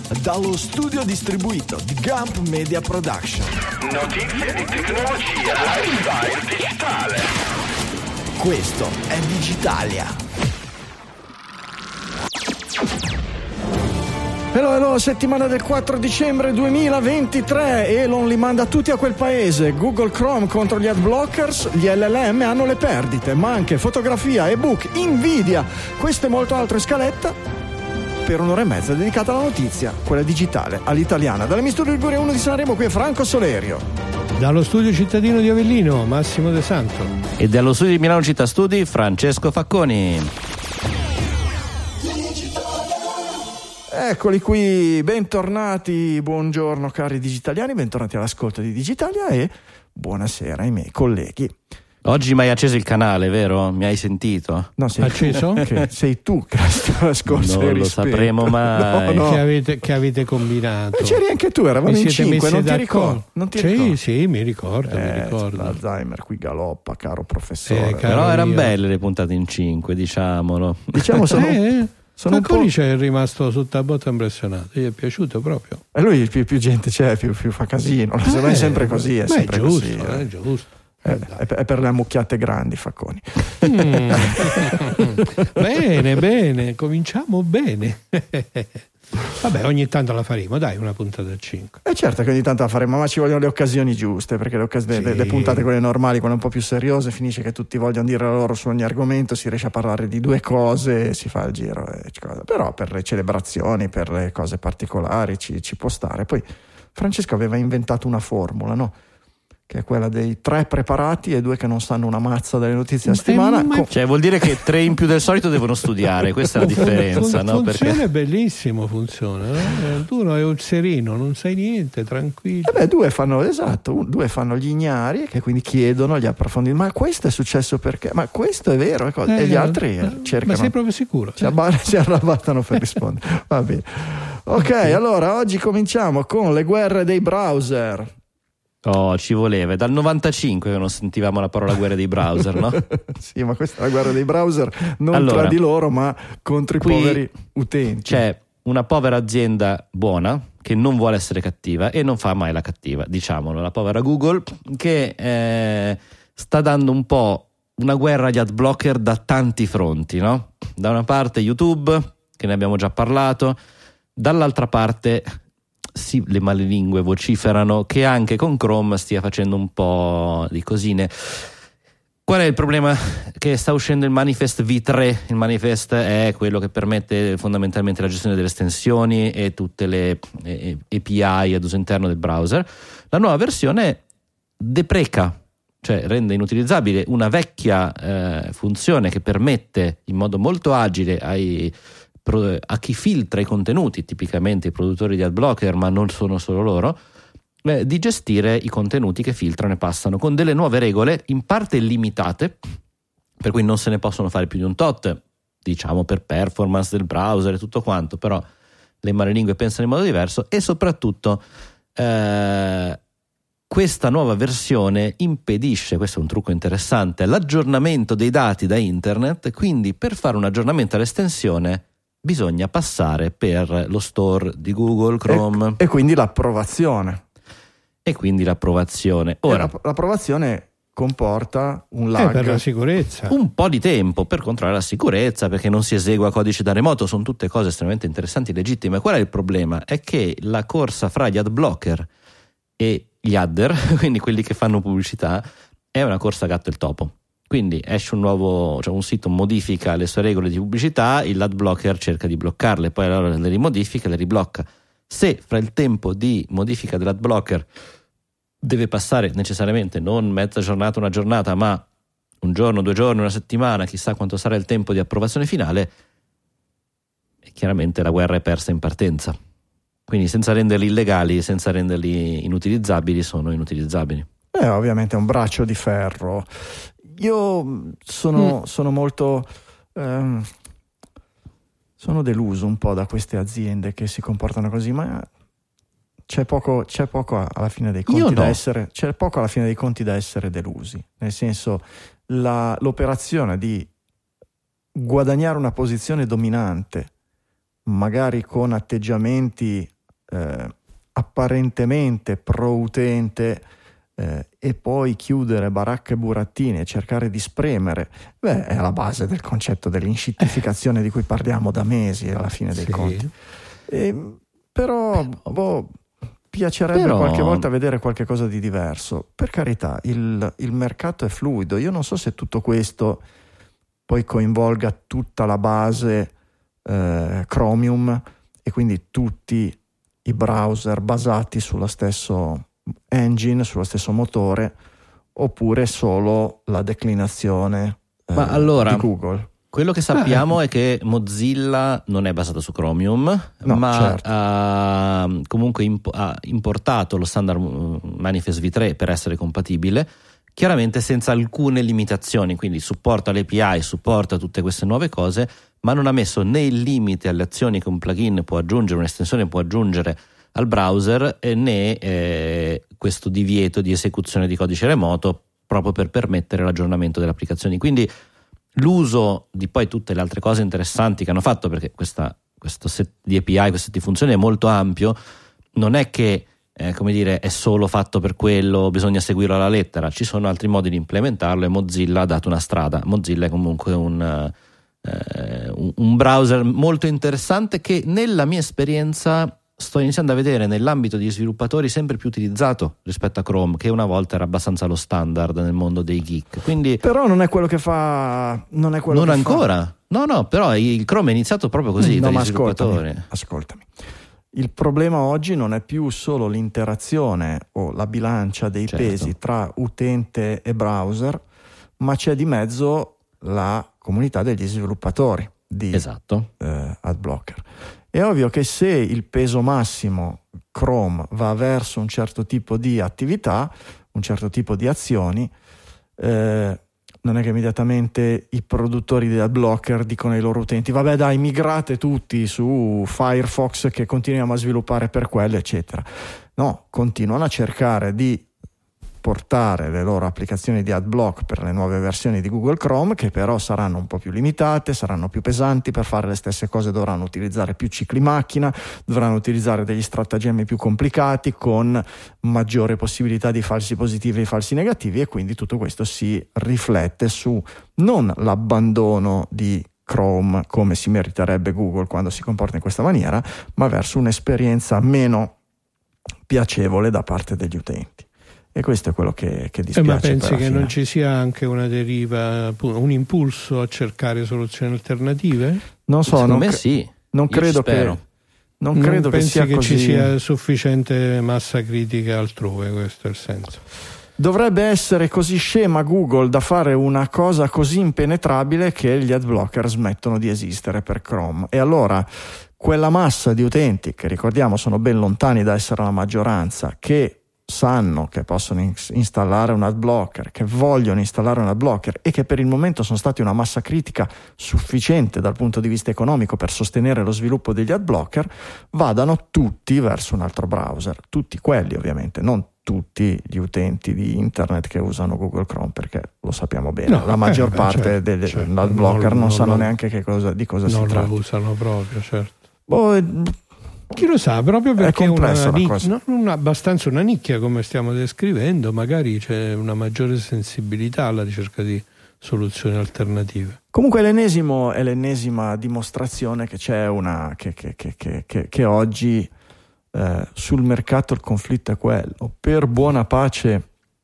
dallo studio distribuito di Gump Media Production. Notizie di tecnologia, lifestyle digitale. Questo è Digitalia. Hello, settimana del 4 dicembre 2023. Elon li manda tutti a quel paese. Google Chrome contro gli ad blockers, gli LLM hanno le perdite, ma anche fotografia, ebook, Nvidia. Questo e molto altro in scaletta per un'ora e mezza dedicata alla notizia, quella digitale, all'italiana. Dalle Studio Liguria 1 di Sanremo, qui è Franco Solerio. Dallo studio cittadino di Avellino, Massimo De Santo. E dallo studio di Milano Città Studi, Francesco Facconi. Eccoli qui, bentornati, buongiorno cari digitaliani, bentornati all'ascolto di Digitalia e buonasera ai miei colleghi. Oggi mi hai acceso il canale, vero? Mi hai sentito? No, sei acceso? Sei tu che la settimana scorsa non lo sapremo mai. No. Che avete combinato? Ma c'eri anche tu, eravamo in 5, non ti ricordo? Sì, mi ricordo. L'Alzheimer qui galoppa, caro professore. Però erano belle le puntate in 5, diciamolo. Diciamo sono un po'. C'è rimasto sul tabotto impressionato, gli è piaciuto proprio. E lui più gente c'è, più fa casino. Se no è sempre così, è sempre giusto, così. È giusto. È per le ammucchiate grandi, Facconi. Bene, cominciamo bene. Vabbè, ogni tanto la faremo, dai, una puntata a 5. Certo che ogni tanto la faremo, ma ci vogliono le occasioni giuste, perché le puntate quelle normali, quelle un po' più seriose, finisce che tutti vogliono dire la loro su ogni argomento, si riesce a parlare di due cose e si fa il giro. Però per le celebrazioni, per le cose particolari ci può stare. Poi Francesco aveva inventato una formula, no? Che è quella dei 3 preparati e 2 che non sanno una mazza delle notizie a settimana. Cioè vuol dire che 3 in più del solito devono studiare, questa è la differenza, no? Funziona Perché bellissimo, funziona, no? Tu è un sereno, non sai niente, tranquillo. 2 fanno gli ignari, che quindi chiedono gli approfondimenti. Ma questo è successo perché? Ma questo è vero? E gli altri cercano. Ma sei proprio sicuro? Si arrabattano per rispondere. Va bene. Ok, allora oggi cominciamo con le guerre dei browser. Oh, ci voleva, è dal 95 che non sentivamo la parola guerra dei browser, no? Sì, ma questa è la guerra dei browser non tra di loro, ma contro i poveri utenti. C'è una povera azienda buona che non vuole essere cattiva e non fa mai la cattiva, diciamolo, la povera Google, che sta dando un po' una guerra agli ad blocker da tanti fronti, no? Da una parte YouTube, che ne abbiamo già parlato, dall'altra parte sì, le malelingue vociferano che anche con Chrome stia facendo un po' di cosine. Qual è il problema? Che sta uscendo il Manifest V3. Il Manifest è quello che permette fondamentalmente la gestione delle estensioni e tutte le API ad uso interno del browser. La nuova versione depreca, cioè rende inutilizzabile una vecchia funzione che permette in modo molto agile a chi filtra i contenuti, tipicamente i produttori di ad blocker, ma non sono solo loro, di gestire i contenuti che filtrano e passano con delle nuove regole in parte limitate, per cui non se ne possono fare più di un tot, diciamo per performance del browser e tutto quanto, però le malelingue pensano in modo diverso e soprattutto questa nuova versione impedisce, questo è un trucco interessante, l'aggiornamento dei dati da internet, quindi per fare un aggiornamento all'estensione bisogna passare per lo store di Google Chrome e quindi l'approvazione. Ora, l'approvazione comporta un lag per la sicurezza, un po' di tempo per controllare la sicurezza, perché non si esegua codice da remoto, sono tutte cose estremamente interessanti e legittime. Qual è il problema? È che la corsa fra gli ad blocker e gli adder, quindi quelli che fanno pubblicità, è una corsa a gatto e il topo. Quindi esce un sito modifica le sue regole di pubblicità, il ad blocker cerca di bloccarle, poi allora le rimodifica e le riblocca. Se fra il tempo di modifica dell'ad blocker deve passare necessariamente non mezza giornata, una giornata, ma un giorno, 2 giorni, una settimana, chissà quanto sarà il tempo di approvazione finale, chiaramente la guerra è persa in partenza. Quindi senza renderli illegali, senza renderli inutilizzabili, sono inutilizzabili. Ovviamente è un braccio di ferro. Io sono molto sono deluso un po' da queste aziende che si comportano così, ma c'è poco alla fine dei conti c'è poco alla fine dei conti da essere delusi, nel senso l'operazione di guadagnare una posizione dominante magari con atteggiamenti apparentemente pro utente e poi chiudere baracche e burattini e cercare di spremere, è alla base del concetto dell'inscittificazione di cui parliamo da mesi alla fine dei conti. Però piacerebbe qualche volta vedere qualche cosa di diverso. Per carità, il mercato è fluido. Io non so se tutto questo poi coinvolga tutta la base Chromium e quindi tutti i browser basati sullo stesso engine, sullo stesso motore, oppure solo la declinazione di Google. Quello che sappiamo è che Mozilla non è basata su Chromium, ma ha comunque ha importato lo standard Manifest v3 per essere compatibile, chiaramente senza alcune limitazioni, quindi supporta l'API, supporta tutte queste nuove cose, ma non ha messo né il limite alle azioni che un plugin può aggiungere, un'estensione può aggiungere al browser, né questo divieto di esecuzione di codice remoto proprio per permettere l'aggiornamento delle applicazioni. Quindi l'uso di poi tutte le altre cose interessanti che hanno fatto, perché questo set di API, questo set di funzioni è molto ampio, non è che è solo fatto per quello, bisogna seguirlo alla lettera, ci sono altri modi di implementarlo e Mozilla ha dato una strada. Mozilla è comunque un browser molto interessante che nella mia esperienza sto iniziando a vedere nell'ambito degli sviluppatori sempre più utilizzato rispetto a Chrome, che una volta era abbastanza lo standard nel mondo dei geek. Quindi, però non è quello che fa, non è quello non che ancora fa. No, però il Chrome è iniziato proprio così dagli sviluppatori. Ascoltami. Il problema oggi non è più solo l'interazione o la bilancia dei pesi tra utente e browser, ma c'è di mezzo la comunità degli sviluppatori di AdBlocker. È ovvio che se il peso massimo Chrome va verso un certo tipo di attività, un certo tipo di azioni, non è che immediatamente i produttori di AdBlocker dicono ai loro utenti: vabbè dai, migrate tutti su Firefox che continuiamo a sviluppare per quello, eccetera. No, continuano a cercare di portare le loro applicazioni di AdBlock per le nuove versioni di Google Chrome, che però saranno un po' più limitate, saranno più pesanti. Per fare le stesse cose dovranno utilizzare più cicli macchina, dovranno utilizzare degli stratagemmi più complicati con maggiore possibilità di falsi positivi e falsi negativi, e quindi tutto questo si riflette su non l'abbandono di Chrome come si meriterebbe Google quando si comporta in questa maniera, ma verso un'esperienza meno piacevole da parte degli utenti. E questo è quello che dispiace. Ma pensi che non ci sia anche una deriva, un impulso a cercare soluzioni alternative? Non so, secondo me sì. Non credo che sia che così. Ci sia sufficiente massa critica altrove, questo è il senso. Dovrebbe essere così scema Google da fare una cosa così impenetrabile che gli adblocker smettono di esistere per Chrome, e allora quella massa di utenti, che ricordiamo sono ben lontani da essere la maggioranza, che sanno che possono installare un adblocker, che vogliono installare un adblocker e che per il momento sono stati una massa critica sufficiente dal punto di vista economico per sostenere lo sviluppo degli adblocker, vadano tutti verso un altro browser. Tutti quelli, ovviamente, non tutti gli utenti di internet che usano Google Chrome, perché lo sappiamo bene, la maggior parte degli adblocker non sanno neanche di cosa si tratta. Non lo usano proprio, certo. Chi lo sa, proprio perché non abbastanza una nicchia come stiamo descrivendo, magari c'è una maggiore sensibilità alla ricerca di soluzioni alternative. Comunque è l'ennesima dimostrazione che c'è che oggi sul mercato il conflitto è quello. Per buona pace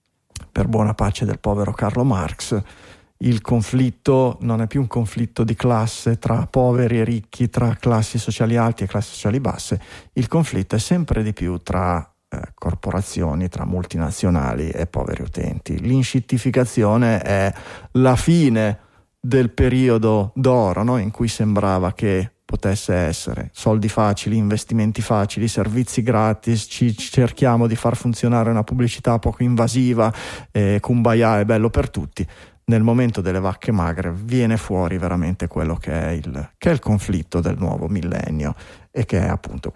del povero Carlo Marx, il conflitto non è più un conflitto di classe tra poveri e ricchi, tra classi sociali alte e classi sociali basse. Il conflitto è sempre di più tra corporazioni, tra multinazionali e poveri utenti. L'inscittificazione è la fine del periodo d'oro, no? In cui sembrava che potesse essere soldi facili, investimenti facili, servizi gratis, cerchiamo di far funzionare una pubblicità poco invasiva, kumbaya, è bello per tutti. Nel momento delle vacche magre viene fuori veramente quello che è il conflitto del nuovo millennio, e che è appunto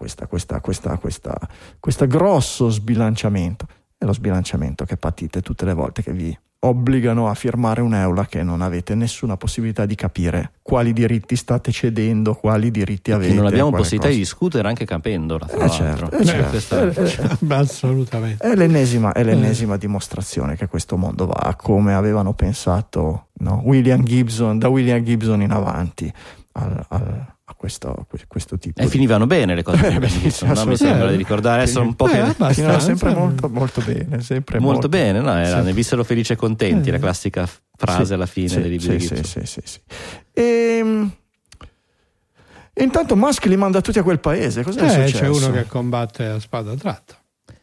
questo grosso sbilanciamento. È lo sbilanciamento che patite tutte le volte che vi obbligano a firmare un'EULA che non avete nessuna possibilità di capire quali diritti state cedendo, quali diritti avete. Non abbiamo possibilità di discutere anche capendola, tra l'altro. Assolutamente. È l'ennesima dimostrazione che questo mondo va come avevano pensato, no? William Gibson in avanti a questo tipo. E finivano bene le cose. No, mi sembra di ricordare adesso un po' che finivano sempre molto bene, sempre molto bene, no? Ne vissero felici e contenti, la classica frase alla fine dei libri di Gibson. Sì. E intanto Musk li manda tutti a quel paese. Cosa è successo? C'è uno che combatte a spada tratta.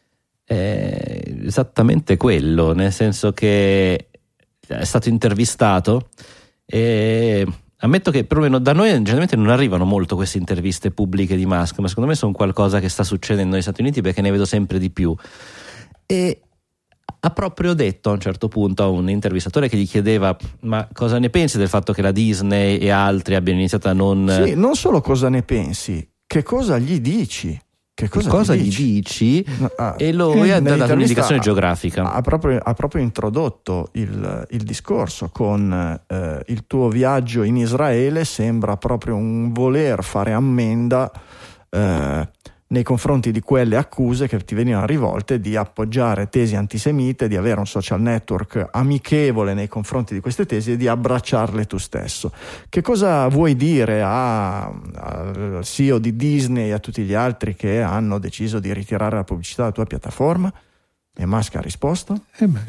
Esattamente quello, nel senso che è stato intervistato e ammetto che perlomeno da noi generalmente non arrivano molto queste interviste pubbliche di Musk, ma secondo me sono qualcosa che sta succedendo negli Stati Uniti perché ne vedo sempre di più. E ha proprio detto a un certo punto a un intervistatore che gli chiedeva: ma cosa ne pensi del fatto che la Disney e altri abbiano iniziato a non... Sì, non solo cosa ne pensi, che cosa gli dici? Che cosa gli dici? E lui ha dato un'indicazione geografica. Ha proprio introdotto il discorso con il tuo viaggio in Israele sembra proprio un voler fare ammenda nei confronti di quelle accuse che ti venivano rivolte di appoggiare tesi antisemite, di avere un social network amichevole nei confronti di queste tesi e di abbracciarle tu stesso. Che cosa vuoi dire al CEO di Disney e a tutti gli altri che hanno deciso di ritirare la pubblicità dalla tua piattaforma? E Musk ha risposto?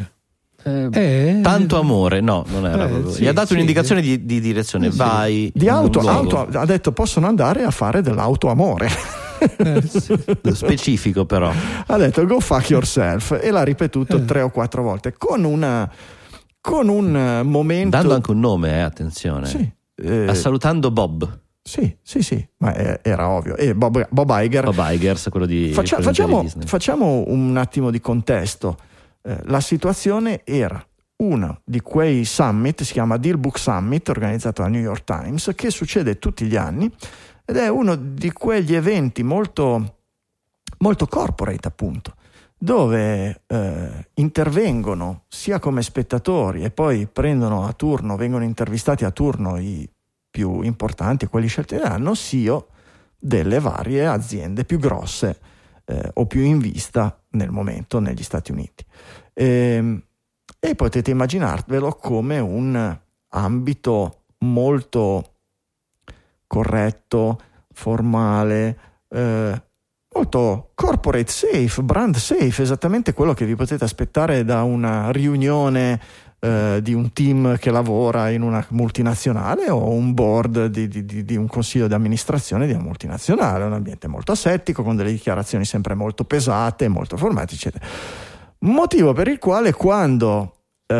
Tanto amore, no, non era proprio. Gli ha dato un'indicazione di direzione, vai. Di auto, ha detto possono andare a fare dell'autoamore. Specifico, però ha detto go fuck yourself e l'ha ripetuto 3 o 4 volte con un momento, dando anche un nome, attenzione, salutando Bob. Sì, ma era ovvio. E Bob Iger, quello di facciamo un attimo di contesto. La situazione era uno di quei summit, si chiama Deal Book Summit, organizzato dal New York Times, che succede tutti gli anni ed è uno di quegli eventi molto, molto corporate, appunto, dove intervengono sia come spettatori e poi vengono intervistati a turno i più importanti, quelli scelti dall'anno, CEO delle varie aziende più grosse o più in vista nel momento negli Stati Uniti. E potete immaginarvelo come un ambito molto corretto, formale, molto corporate safe, brand safe, esattamente quello che vi potete aspettare da una riunione di un team che lavora in una multinazionale o un board di un consiglio di amministrazione di una multinazionale, un ambiente molto asettico, con delle dichiarazioni sempre molto pesate, molto formate, eccetera. Motivo per il quale quando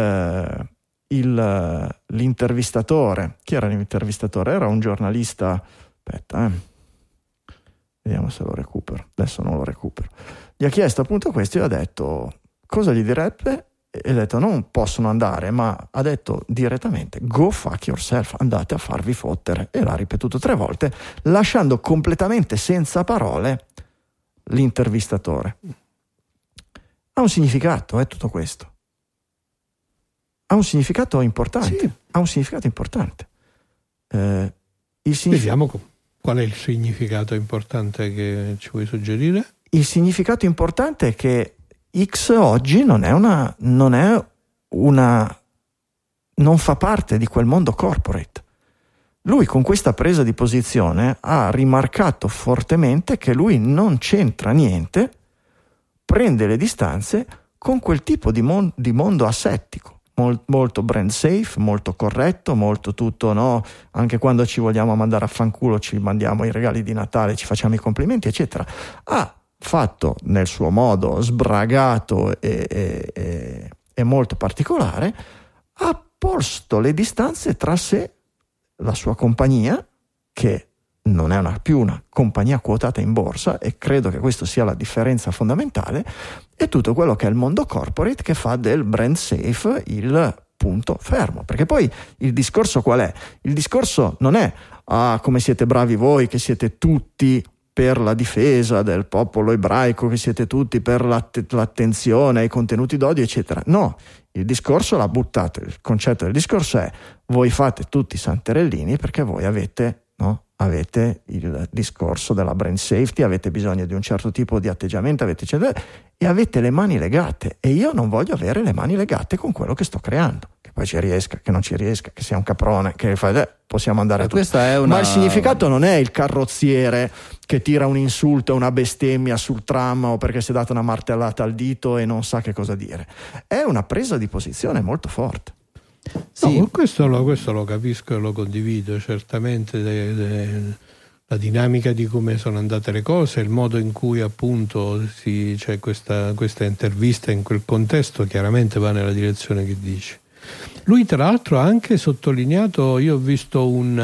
l'intervistatore, chi era l'intervistatore? Era un giornalista, vediamo se lo recupero, adesso non lo recupero, gli ha chiesto appunto questo e ha detto cosa gli direbbe e ha detto non possono andare, ma ha detto direttamente go fuck yourself, andate a farvi fottere, e l'ha ripetuto 3 volte lasciando completamente senza parole l'intervistatore. Ha un significato, tutto questo. Ha un significato importante. Sì. Ha un significato importante. Vediamo qual è il significato importante che ci vuoi suggerire? Il significato importante è che X oggi non fa parte di quel mondo corporate. Lui con questa presa di posizione ha rimarcato fortemente che lui non c'entra niente, prende le distanze con quel tipo di mondo asettico, molto brand safe, molto corretto, molto tutto, no? Anche quando ci vogliamo mandare a fanculo ci mandiamo i regali di Natale, ci facciamo i complimenti, eccetera. Ha fatto nel suo modo sbragato e molto particolare, ha posto le distanze tra sé, la sua compagnia, che non è più una compagnia quotata in borsa, e credo che questo sia la differenza fondamentale, e tutto quello che è il mondo corporate che fa del brand safe il punto fermo. Perché poi il discorso qual è? Il discorso non è come siete bravi voi, che siete tutti per la difesa del popolo ebraico che siete tutti, per l'attenzione ai contenuti d'odio, eccetera. No, il discorso l'ha buttato, il concetto del discorso è: voi fate tutti i santerellini perché voi avete il discorso della brand safety, avete bisogno di un certo tipo di atteggiamento, e avete le mani legate, e io non voglio avere le mani legate con quello che sto creando, che poi ci riesca, che non ci riesca, che sia un caprone, che possiamo andare a tutto. Ma il significato non è il carrozziere che tira un insulto, una bestemmia sul tram o perché si è data una martellata al dito e non sa che cosa dire. È una presa di posizione molto forte. Sì. No, questo lo capisco e lo condivido certamente, la dinamica di come sono andate le cose, il modo in cui appunto c'è questa intervista in quel contesto chiaramente va nella direzione che dici. Lui tra l'altro ha anche sottolineato, io ho visto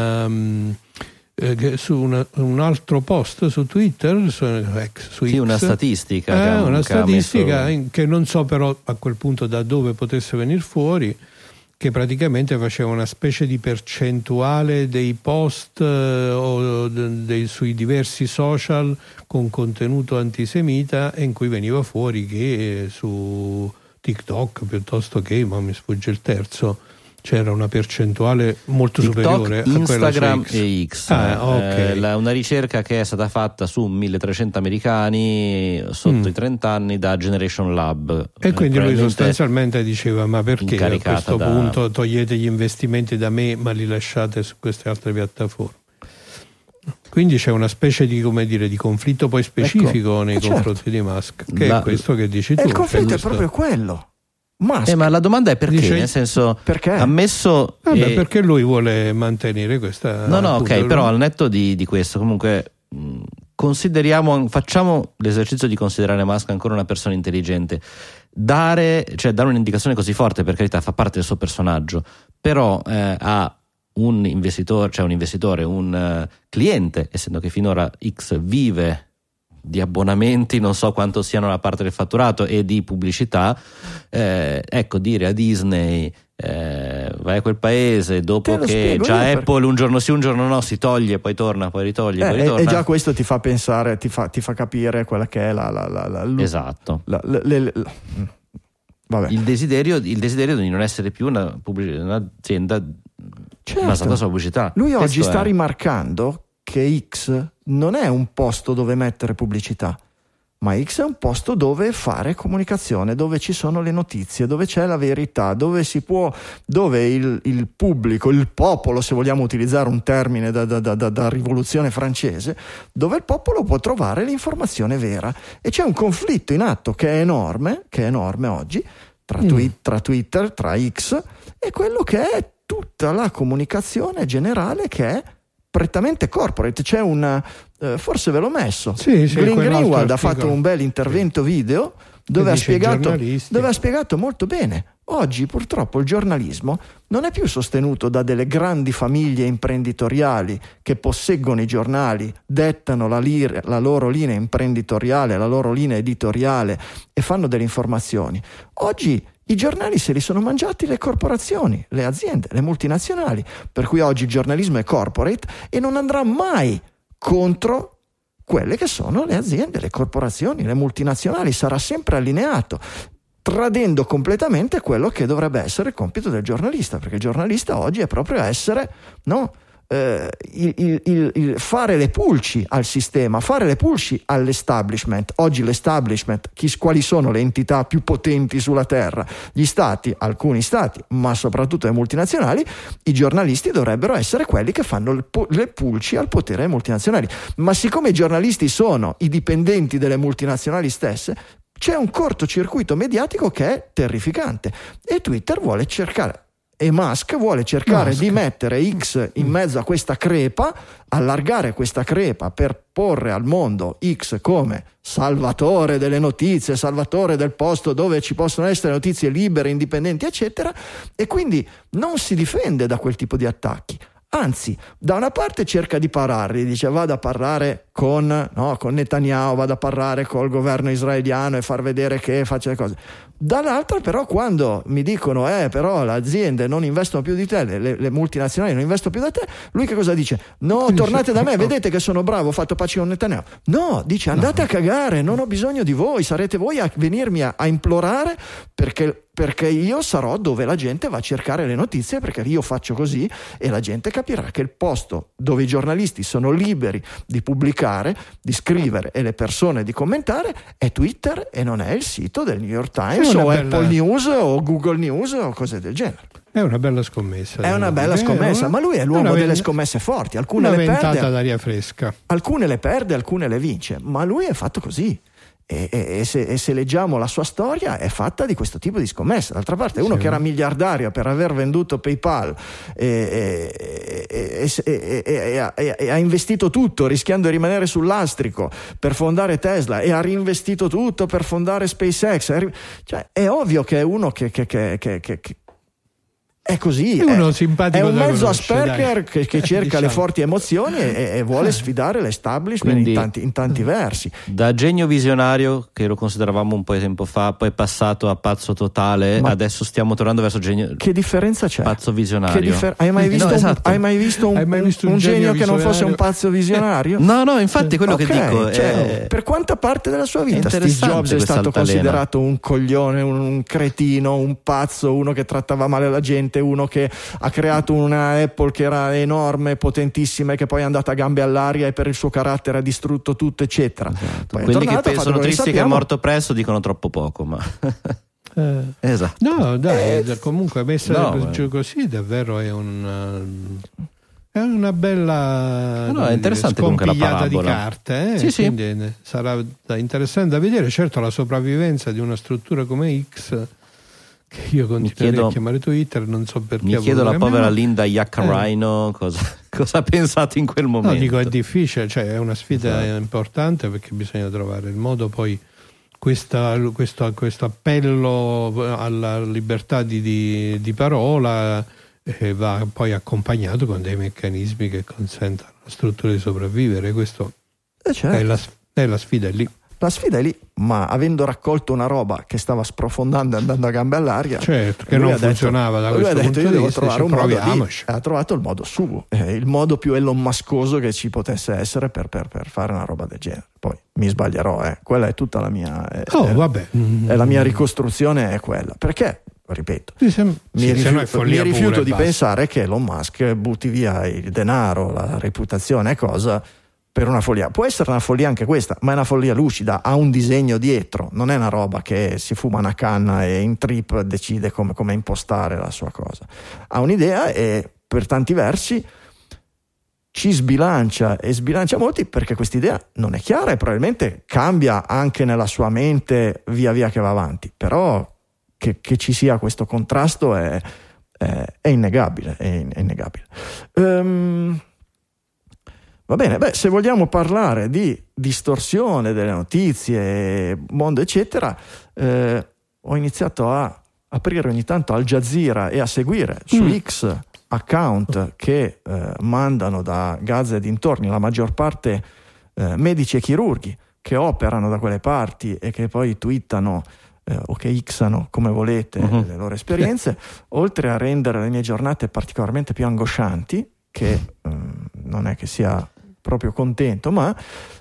su un altro post su Twitter, su X, una statistica, che non so però a quel punto da dove potesse venire fuori, che praticamente faceva una specie di percentuale dei post sui diversi social con contenuto antisemita, e in cui veniva fuori che su TikTok piuttosto che, ma mi sfugge il terzo, c'era una percentuale molto TikTok, superiore a quella Instagram su X. E X. Okay. Una ricerca che è stata fatta su 1300 americani sotto i 30 anni da Generation Lab. E quindi lui sostanzialmente diceva: ma perché a questo punto togliete gli investimenti da me ma li lasciate su queste altre piattaforme? Quindi c'è una specie di, come dire, di conflitto poi specifico nei confronti di Musk, che è questo che dici tu. Il conflitto è proprio quello. Musk. Ma la domanda è perché? Nel senso, perché? Ammesso perché lui vuole mantenere questa. No, ok, però al netto di questo, comunque facciamo l'esercizio di considerare Musk ancora una persona intelligente. Dare un'indicazione così forte, per carità, fa parte del suo personaggio, però ha un investitore, un cliente, essendo che finora X vive di abbonamenti, non so quanto siano la parte del fatturato, e di pubblicità, dire a Disney vai a quel paese, dopo che già Apple un giorno sì un giorno no si toglie, poi torna, poi ritoglie, poi ritorna, e già questo ti fa pensare, ti fa capire quella che è esatto. Vabbè. Il desiderio di non essere più un'azienda basata sulla pubblicità. Lui oggi sta rimarcando che X non è un posto dove mettere pubblicità, ma X è un posto dove fare comunicazione, dove ci sono le notizie, dove c'è la verità, dove il pubblico, il popolo, se vogliamo utilizzare un termine da rivoluzione francese, dove il popolo può trovare l'informazione vera. E c'è un conflitto in atto che è enorme oggi tra Twitter, tra X e quello che è tutta la comunicazione generale, che è prettamente corporate. C'è forse ve l'ho messo, Glenn Greenwald ha fatto un bel intervento video dove ha spiegato molto bene. Oggi purtroppo il giornalismo non è più sostenuto da delle grandi famiglie imprenditoriali che posseggono i giornali, dettano la loro linea imprenditoriale, la loro linea editoriale e fanno delle informazioni. Oggi i giornali se li sono mangiati le corporazioni, le aziende, le multinazionali, per cui oggi il giornalismo è corporate e non andrà mai contro quelle che sono le aziende, le corporazioni, le multinazionali, sarà sempre allineato, tradendo completamente quello che dovrebbe essere il compito del giornalista, perché il giornalista oggi è proprio essere, il fare le pulci al sistema, fare le pulci all'establishment. Oggi l'establishment, quali sono le entità più potenti sulla terra? Gli stati, alcuni stati, ma soprattutto le multinazionali. I giornalisti dovrebbero essere quelli che fanno le pulci al potere multinazionali, ma siccome i giornalisti sono i dipendenti delle multinazionali stesse, c'è un cortocircuito mediatico che è terrificante, e Twitter vuole cercare, e Musk vuole cercare di mettere X in mezzo a questa crepa, allargare questa crepa per porre al mondo X come salvatore delle notizie, salvatore del posto dove ci possono essere notizie libere, indipendenti, eccetera, e quindi non si difende da quel tipo di attacchi. Anzi, da una parte cerca di pararli, dice vado a parlare con Netanyahu, vado a parlare col governo israeliano e far vedere che faccio le cose. Dall'altra però quando mi dicono però le aziende non investono più di te, le multinazionali non investono più da te, lui che cosa dice? No, tornate da me, vedete che sono bravo, ho fatto pace con Netanyahu. No, dice andate a cagare, non ho bisogno di voi, sarete voi a venirmi a implorare perché io sarò dove la gente va a cercare le notizie, perché io faccio così e la gente capirà che il posto dove i giornalisti sono liberi di pubblicare, di scrivere e le persone di commentare è Twitter e non è il sito del New York Times o Apple News o Google News o cose del genere. È una bella scommessa. È una bella scommessa, ma lui è l'uomo delle scommesse forti. Alcune le perde, d'aria fresca. Alcune le perde, alcune le vince, ma lui è fatto così. E se leggiamo la sua storia è fatta di questo tipo di scommessa. D'altra parte uno che era miliardario per aver venduto PayPal e ha investito tutto rischiando di rimanere sul lastrico per fondare Tesla e ha reinvestito tutto per fondare SpaceX, cioè è ovvio che è uno che è così, è uno simpatico, è un mezzo Asperger che cerca le forti emozioni e vuole sfidare l'establishment in tanti versi. Da genio visionario, che lo consideravamo un po' di tempo fa, poi è passato a pazzo totale, adesso stiamo tornando verso genio. Che differenza c'è? Pazzo visionario. Hai mai visto un genio che non fosse un pazzo visionario? No, infatti quello che dico è... Per quanta parte della sua vita Steve Jobs è stato considerato un coglione, un cretino, un pazzo, uno che trattava male la gente, uno che ha creato una Apple che era enorme, potentissima e che poi è andata a gambe all'aria e per il suo carattere ha distrutto tutto, eccetera. Esatto. Quelli che sono tristi che è morto presto dicono troppo poco, ma esatto. No, dai, comunque messa giù così davvero è una bella è interessante scompigliata di carte, quindi sarà interessante da vedere. Certo, la sopravvivenza di una struttura come X, che io continuerei a chiamare Twitter, non so perché. Mi chiedo la povera Linda Yaccarino cosa ha pensato in quel momento. No, dico, è difficile, cioè è una sfida importante, perché bisogna trovare il modo poi questo appello alla libertà di parola va poi accompagnato con dei meccanismi che consentano alla struttura di sopravvivere. Questo è la sfida, è lì. La sfida è lì, ma avendo raccolto una roba che stava sprofondando e andando a gambe all'aria, certo, che non funzionava da questo punto di vista, trovare un modo ha trovato il modo suo, il modo più Elon Muskoso che ci potesse essere per fare una roba del genere. Poi mi sbaglierò, quella è tutta la mia è la mia ricostruzione, è quella, perché ripeto, mi rifiuto di pensare che Elon Musk butti via il denaro, la reputazione, per una follia. Può essere una follia anche questa, ma è una follia lucida, ha un disegno dietro, non è una roba che si fuma una canna e in trip decide come impostare la sua cosa. Ha un'idea e per tanti versi ci sbilancia e sbilancia molti, perché quest'idea non è chiara e probabilmente cambia anche nella sua mente via via che va avanti, però che ci sia questo contrasto è innegabile, è innegabile. Va bene, se vogliamo parlare di distorsione delle notizie, mondo eccetera, ho iniziato a aprire ogni tanto Al Jazeera e a seguire su X account che mandano da Gaza e dintorni, la maggior parte medici e chirurghi che operano da quelle parti e che poi twittano o che xano, come volete, le loro esperienze, oltre a rendere le mie giornate particolarmente più angoscianti, che non è che sia proprio contento, ma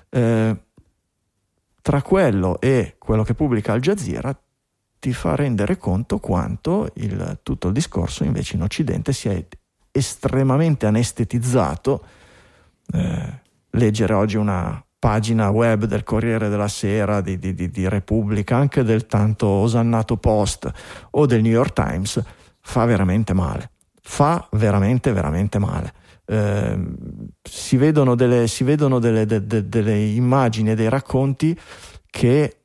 tra quello e quello che pubblica Al Jazeera ti fa rendere conto quanto tutto il discorso invece in Occidente sia estremamente anestetizzato. Leggere oggi una pagina web del Corriere della Sera, di Repubblica, anche del tanto osannato Post o del New York Times, fa veramente male, veramente male. Si vedono delle immagini e dei racconti che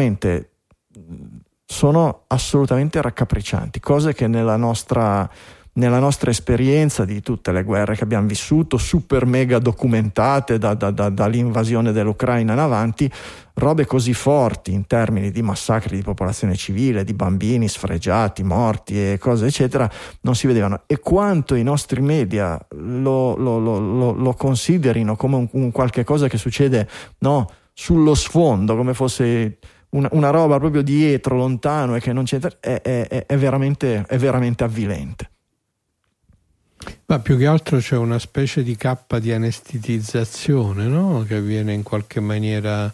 sinceramente sono assolutamente raccapriccianti, cose che nella nostra nella nostra esperienza di tutte le guerre che abbiamo vissuto, super mega documentate dall'invasione dell'Ucraina in avanti, robe così forti in termini di massacri di popolazione civile, di bambini sfregiati, morti e cose eccetera, non si vedevano. E quanto i nostri media lo considerino come un qualche cosa che succede, no, sullo sfondo, come fosse una roba proprio dietro, lontano, e che non c'entra, è veramente avvilente. Ma più che altro c'è una specie di cappa di anestetizzazione, no? Che viene in qualche maniera,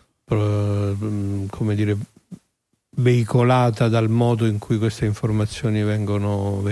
come dire, veicolata dal modo in cui queste informazioni vengono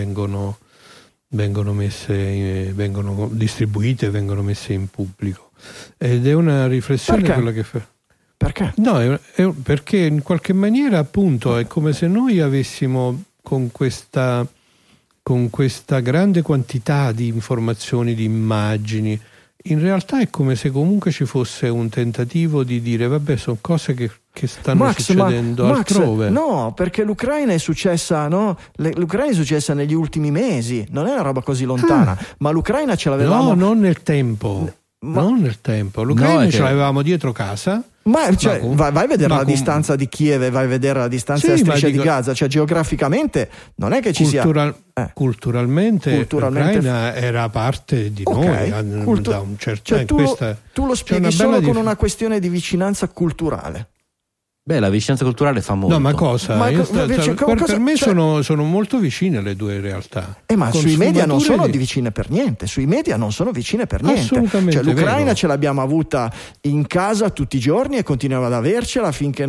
distribuite, vengono messe in pubblico. Ed è una riflessione. Perché? Quella che fa. Perché? No, perché in qualche maniera appunto è come se noi avessimo con questa grande quantità di informazioni, di immagini, in realtà è come se comunque ci fosse un tentativo di dire vabbè, sono cose che stanno succedendo altrove. No, perché l'Ucraina è successa, no? L'Ucraina è successa negli ultimi mesi, non è una roba così lontana, ma l'Ucraina ce l'avevamo. No, non nel tempo. L'Ucraina ce l'avevamo dietro casa. Vai a vedere la distanza di Kiev e vai a vedere la distanza della striscia di Gaza, cioè geograficamente non è che ci sia culturalmente l'Ucraina era parte di noi da un certo tu lo spieghi solo con una questione di vicinanza culturale. Beh, la vicinanza culturale fa molto. No, ma cosa? Per me sono molto vicine le due realtà. Ma sui media non sono vicine per niente. Sui media non sono vicine per niente. Assolutamente. Cioè, l'Ucraina ce l'abbiamo avuta in casa tutti i giorni e continuiamo ad avercela finché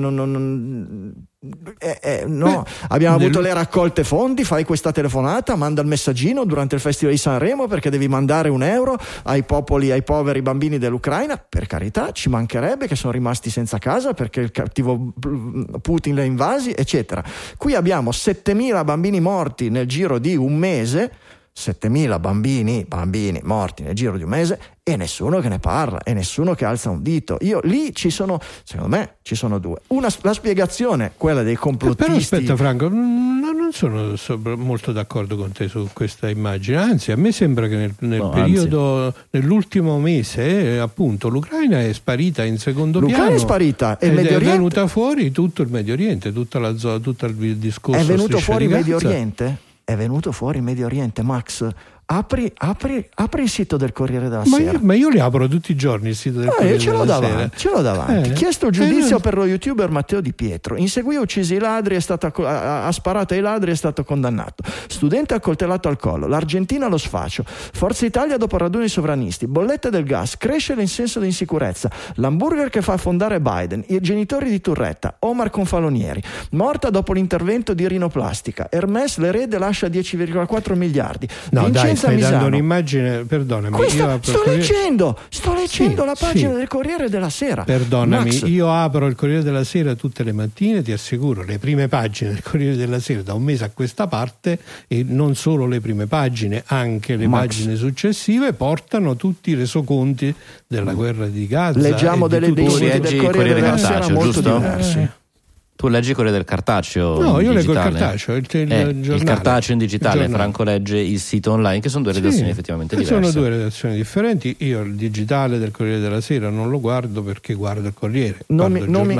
abbiamo avuto le raccolte fondi. Fai questa telefonata, manda il messaggino durante il Festival di Sanremo perché devi mandare €1 ai poveri bambini dell'Ucraina. Per carità, ci mancherebbe, che sono rimasti senza casa perché il cattivo Putin li ha invasi, eccetera. Qui abbiamo 7.000 bambini morti nel giro di un mese. 7.000 bambini morti nel giro di un mese e nessuno che ne parla e nessuno che alza un dito. Secondo me ci sono due. La spiegazione, quella dei complottisti. Però aspetta Franco, non sono molto d'accordo con te su questa immagine, anzi a me sembra che nell'ultimo mese appunto l'Ucraina è sparita in secondo piano. L'Ucraina è sparita e il Medio Oriente è venuta fuori tutto il Medio Oriente, tutta la zona, tutto il discorso. È venuto fuori il Medio Oriente? È venuto fuori il Medio Oriente, Max. Apri il sito del Corriere della Sera. Ma io li apro tutti i giorni il sito del Corriere della Sera. Ce l'ho davanti. Chiesto il giudizio per lo youtuber Matteo Di Pietro. Inseguì, uccisi i ladri, ha sparato ai ladri e è stato condannato. Studente accoltellato al collo. L'Argentina allo sfascio. Forza Italia dopo raduni sovranisti. Bollette del gas. Cresce l'insenso di insicurezza. L'hamburger che fa affondare Biden. I genitori di Turretta. Omar Confalonieri. Morta dopo l'intervento di rinoplastica. Hermes l'erede lascia 10,4 miliardi. No, Vincenzo stai Misano. dando un'immagine, perdonami. Sto leggendo la pagina del Corriere della Sera. Perdonami, Max. io apro il Corriere della Sera tutte le mattine, ti assicuro, le prime pagine del Corriere della Sera da un mese a questa parte, e non solo le prime pagine, anche le pagine successive portano tutti i resoconti della guerra di Gaza. Leggiamo delle edizioni del Corriere della Sera molto diversi. Tu leggi Corriere del Cartaceo? No, io leggo il digitale. Cartaceo, il giornale. Il Cartaceo in digitale, Franco legge il sito online, che sono due redazioni effettivamente diverse. Sono due redazioni differenti. Io il digitale del Corriere della Sera non lo guardo perché guardo il Corriere. Non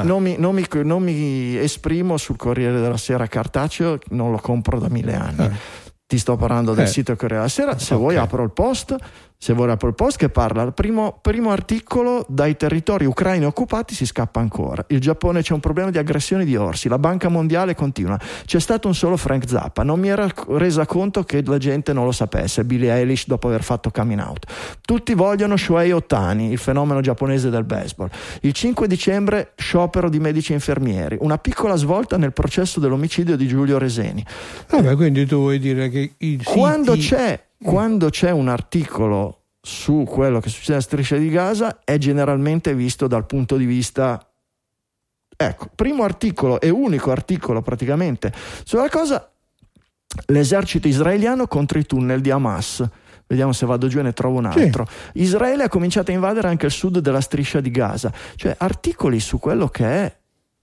mi esprimo sul Corriere della Sera cartaceo, non lo compro da 1000 anni. Ti sto parlando del sito Corriere della Sera. Se vuoi apro il post. Se vuoi apro il post che parla, il primo articolo: dai territori ucraini occupati si scappa ancora. Il Giappone, c'è un problema di aggressione di orsi. La Banca Mondiale continua. C'è stato un solo Frank Zappa. Non mi era resa conto che la gente non lo sapesse. Billie Eilish dopo aver fatto coming out. Tutti vogliono Shohei Ohtani, il fenomeno giapponese del baseball. Il 5 dicembre sciopero di medici e infermieri. Una piccola svolta nel processo dell'omicidio di Giulio Reseni. Quindi tu vuoi dire che quando c'è un articolo su quello che succede a Striscia di Gaza è generalmente visto dal punto di vista, primo articolo e unico articolo praticamente sulla cosa: l'esercito israeliano contro i tunnel di Hamas. Vediamo se vado giù e ne trovo un altro. Sì. Israele ha cominciato a invadere anche il sud della Striscia di Gaza. Cioè articoli su quello che è il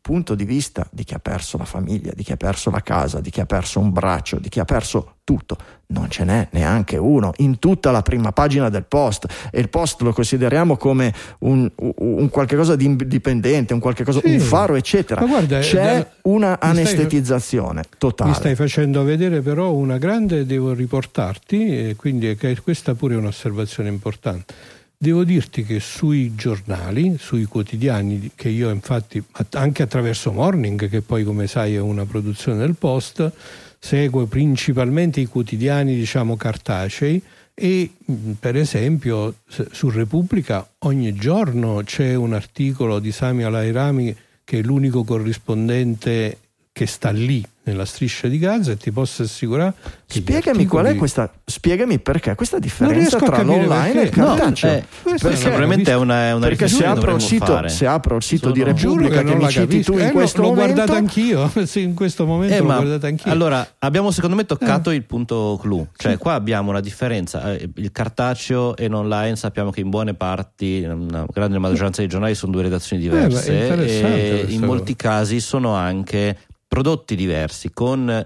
punto di vista di chi ha perso la famiglia, di chi ha perso la casa, di chi ha perso un braccio, di chi ha perso tutto, non ce n'è neanche uno in tutta la prima pagina del Post, e il Post lo consideriamo come un qualche cosa di indipendente, un qualche cosa, un faro, eccetera. Ma guarda, c'è una anestetizzazione totale. Mi stai facendo vedere però una grande, devo riportarti, e quindi questa pure è un'osservazione importante. Devo dirti che sui giornali, sui quotidiani, che io infatti anche attraverso Morning, che poi come sai è una produzione del Post, seguo principalmente i quotidiani diciamo cartacei, e per esempio su Repubblica ogni giorno c'è un articolo di Sami Al-Airami, che è l'unico corrispondente che sta lì nella striscia di Gaza, e ti posso assicurare che spiegami perché questa differenza tra l'online e il cartaceo. Probabilmente è una perché se apro il sito di Repubblica che mi citi tu in questo l'ho momento, guardato anch'io, in questo momento l'ho guardato anch'io. Allora abbiamo secondo me toccato il punto clou, cioè qua abbiamo una differenza, il cartaceo e l'online sappiamo che in buone parti, una grande maggioranza dei giornali sono due redazioni diverse, e in molti casi sono anche prodotti diversi, con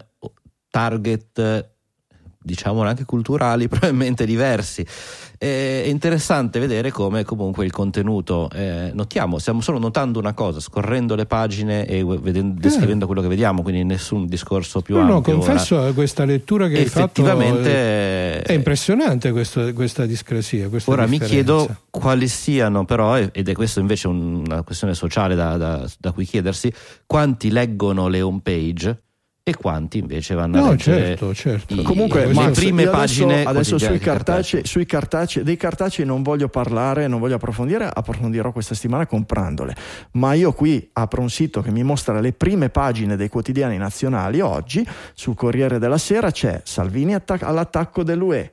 target diciamo anche culturali probabilmente diversi. È interessante vedere come comunque il contenuto, stiamo solo notando una cosa scorrendo le pagine e descrivendo quello che vediamo, quindi nessun discorso più ampio. No, confesso questa lettura che hai fatto è impressionante, questa discrasia, questa ora differenza. Mi chiedo quali siano però, ed è questo invece una questione sociale da cui chiedersi, quanti leggono le home page e quanti invece vanno a leggere certo. Comunque le prime pagine. Adesso sui cartacei dei cartacei non voglio parlare, non voglio approfondirò questa settimana comprandole, ma io qui apro un sito che mi mostra le prime pagine dei quotidiani nazionali. Oggi sul Corriere della Sera c'è Salvini all'attacco dell'UE,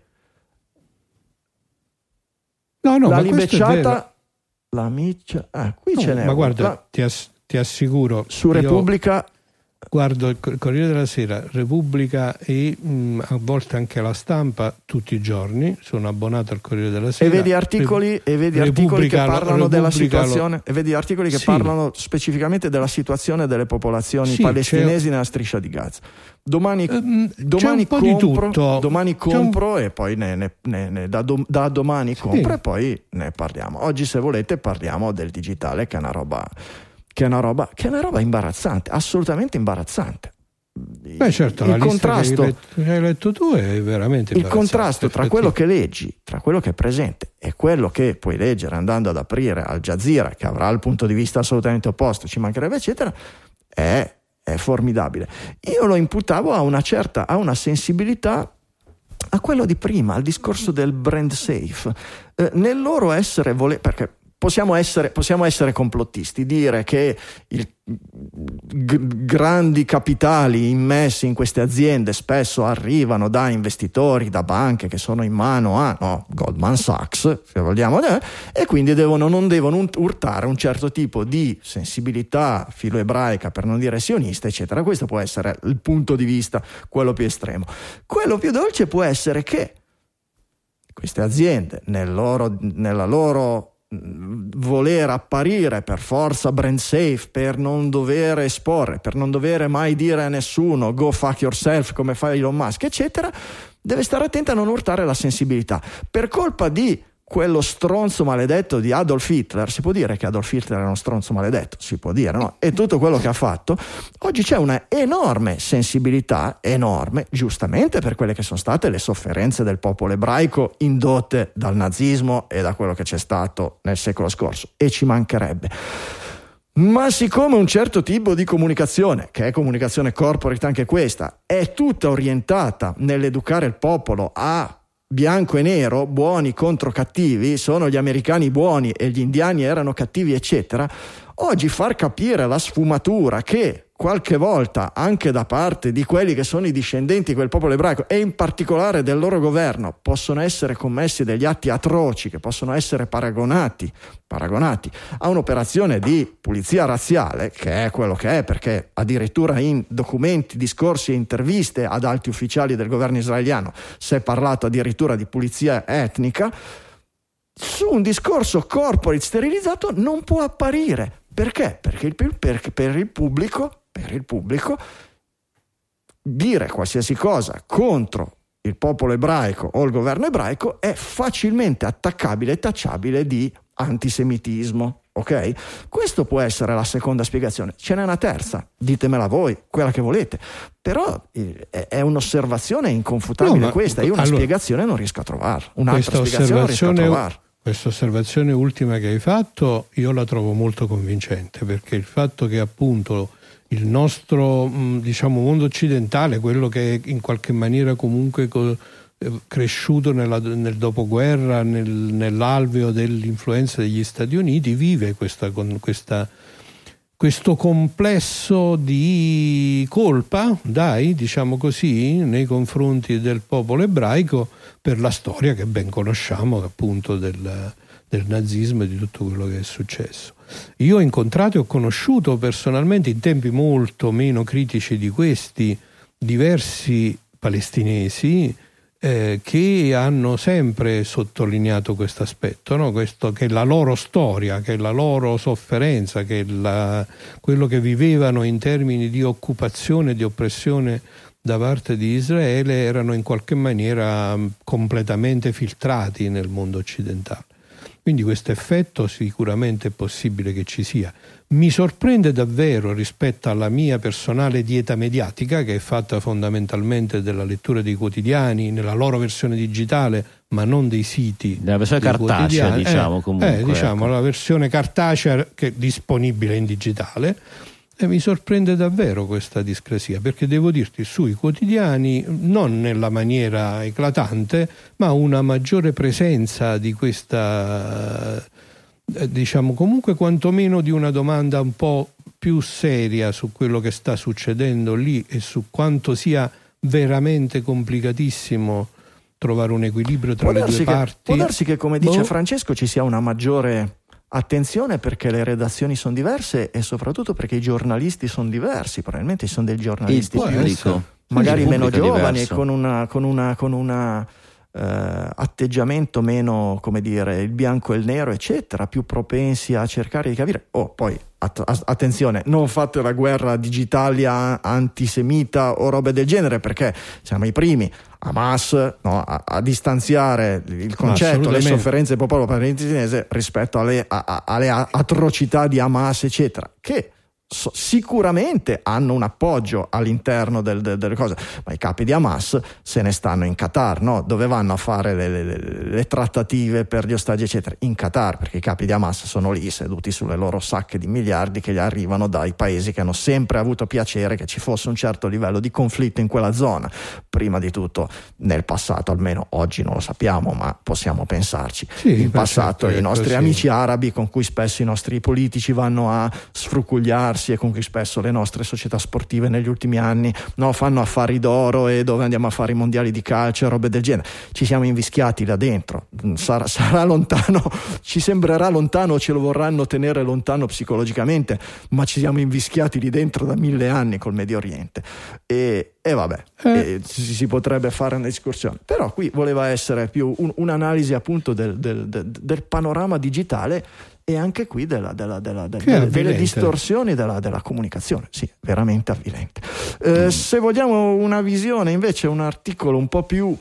la libecciata, la miccia, qui ce n'è. Ma guarda, ti assicuro, su Repubblica guardo il Corriere della Sera, Repubblica e a volte anche La Stampa tutti i giorni, sono abbonato al Corriere della Sera, e vedi articoli che parlano della situazione, e vedi articoli che parlano specificamente della situazione delle popolazioni palestinesi nella striscia di Gaza. Domani compro e poi da domani compro e poi ne parliamo. Oggi, se volete, parliamo del digitale, che è una roba imbarazzante, assolutamente imbarazzante. Beh, certo, il contrasto che hai letto tu è veramente il contrasto tra quello che leggi, tra quello che è presente e quello che puoi leggere andando ad aprire Al Jazeera, che avrà il punto di vista assolutamente opposto, ci mancherebbe, eccetera, è formidabile. Io lo imputavo a una sensibilità, a quello di prima, al discorso del brand safe, nel loro essere perché possiamo essere complottisti, dire che grandi capitali immessi in queste aziende spesso arrivano da investitori, da banche che sono in mano a Goldman Sachs, se vogliamo, e quindi non devono urtare un certo tipo di sensibilità filoebraica, per non dire sionista, eccetera. Questo può essere il punto di vista, quello più estremo. Quello più dolce può essere che queste aziende, nella loro voler apparire per forza brand safe, per non dover esporre, per non dover mai dire a nessuno go fuck yourself come fa Elon Musk, eccetera, deve stare attenta a non urtare la sensibilità. Per colpa di quello stronzo maledetto di Adolf Hitler, si può dire che Adolf Hitler era uno stronzo maledetto, si può dire, no? E tutto quello che ha fatto, oggi c'è una enorme sensibilità, giustamente, per quelle che sono state le sofferenze del popolo ebraico indotte dal nazismo e da quello che c'è stato nel secolo scorso, e ci mancherebbe. Ma siccome un certo tipo di comunicazione, che è comunicazione corporate anche questa, è tutta orientata nell'educare il popolo a bianco e nero, buoni contro cattivi, sono gli americani buoni e gli indiani erano cattivi, eccetera, oggi far capire la sfumatura che qualche volta anche da parte di quelli che sono i discendenti di quel popolo ebraico, e in particolare del loro governo, possono essere commessi degli atti atroci che possono essere paragonati a un'operazione di pulizia razziale, che è quello che è, perché addirittura in documenti, discorsi e interviste ad alti ufficiali del governo israeliano si è parlato addirittura di pulizia etnica. Su un discorso corporate sterilizzato non può apparire, Perché? Perché per il pubblico dire qualsiasi cosa contro il popolo ebraico o il governo ebraico è facilmente attaccabile e tacciabile di antisemitismo. Ok? Questo può essere la seconda spiegazione. Ce n'è una terza, ditemela voi, quella che volete, però è un'osservazione inconfutabile questa, io una spiegazione non riesco a trovarla, un'altra spiegazione non riesco a trovarla. Questa osservazione ultima che hai fatto io la trovo molto convincente, perché il fatto che appunto il nostro mondo occidentale, quello che è in qualche maniera comunque cresciuto nel dopoguerra, nell'alveo dell'influenza degli Stati Uniti, vive questo complesso di colpa, diciamo così, nei confronti del popolo ebraico per la storia che ben conosciamo, appunto del nazismo e di tutto quello che è successo. Io ho incontrato e ho conosciuto personalmente, in tempi molto meno critici di questi, diversi palestinesi che hanno sempre sottolineato questo aspetto, no? Questo, che la loro storia, che la loro sofferenza, che quello che vivevano in termini di occupazione e di oppressione da parte di Israele erano in qualche maniera completamente filtrati nel mondo occidentale. Quindi questo effetto sicuramente è possibile che ci sia. Mi sorprende davvero, rispetto alla mia personale dieta mediatica, che è fatta fondamentalmente della lettura dei quotidiani nella loro versione digitale, ma non dei siti. La versione cartacea, diciamo, comunque. Ecco. La versione cartacea che è disponibile in digitale. E mi sorprende davvero questa discrasia, perché devo dirti, sui quotidiani, non nella maniera eclatante, ma una maggiore presenza di questa, comunque quantomeno di una domanda un po' più seria su quello che sta succedendo lì e su quanto sia veramente complicatissimo trovare un equilibrio tra le due parti. Può darsi che, come dice Francesco, ci sia una maggiore attenzione perché le redazioni sono diverse e soprattutto perché i giornalisti sono diversi, probabilmente ci sono dei giornalisti magari meno giovani e con un atteggiamento meno, come dire, il bianco e il nero eccetera, più propensi a cercare di capire. Poi attenzione, non fate la guerra digitale antisemita o robe del genere, perché siamo i primi, Hamas, a distanziare il concetto, le sofferenze del popolo palestinese rispetto alle atrocità di Hamas eccetera, che sicuramente hanno un appoggio all'interno delle cose, ma i capi di Hamas se ne stanno in Qatar, no? Dove vanno a fare le trattative per gli ostaggi eccetera? In Qatar, perché i capi di Hamas sono lì seduti sulle loro sacche di miliardi che gli arrivano dai paesi che hanno sempre avuto piacere che ci fosse un certo livello di conflitto in quella zona, prima di tutto nel passato, almeno oggi non lo sappiamo ma possiamo pensarci, in passato i nostri amici arabi con cui spesso i nostri politici vanno a sfrucugliarsi e con cui spesso le nostre società sportive negli ultimi anni fanno affari d'oro, e dove andiamo a fare i mondiali di calcio e robe del genere, ci siamo invischiati là dentro. Sarà lontano, ci sembrerà lontano o ce lo vorranno tenere lontano psicologicamente, ma ci siamo invischiati lì dentro da 1000 anni col Medio Oriente e vabbè, si potrebbe fare una discussione, però qui voleva essere più un'analisi appunto del panorama digitale e anche qui delle distorsioni della comunicazione, sì, veramente avvilente. Se vogliamo una visione invece, un articolo un po' più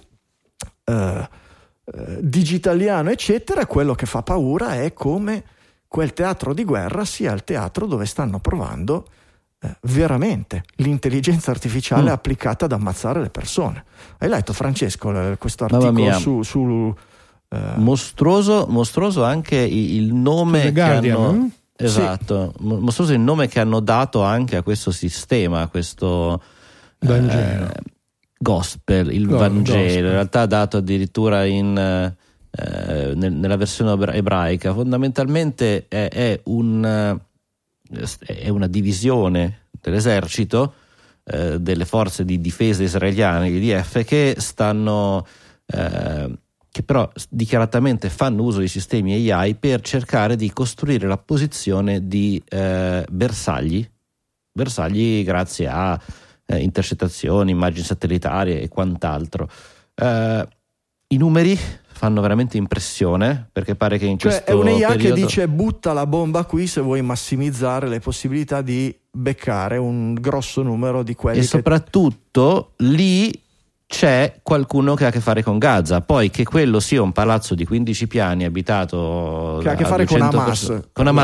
digitaliano eccetera, quello che fa paura è come quel teatro di guerra sia il teatro dove stanno provando veramente l'intelligenza artificiale applicata ad ammazzare le persone. Hai letto, Francesco, questo articolo su mostruoso anche il nome che hanno, esatto, sì. Mostruoso il nome che hanno dato anche a questo sistema, questo Vangelo. Gospel, il Vangelo, in realtà dato addirittura nella versione ebraica. Fondamentalmente è una divisione dell'esercito, delle forze di difesa israeliane, l'IDF, che stanno che però dichiaratamente fanno uso di sistemi AI per cercare di costruire la posizione di bersagli grazie a intercettazioni, immagini satellitari e quant'altro. I numeri fanno veramente impressione, perché pare che in questo è un'IA periodo... che dice butta la bomba qui se vuoi massimizzare le possibilità di beccare un grosso numero di quelli e soprattutto lì c'è qualcuno che ha a che fare con Gaza. Poi che quello sia un palazzo di 15 piani abitato che ha a che fare con Hamas,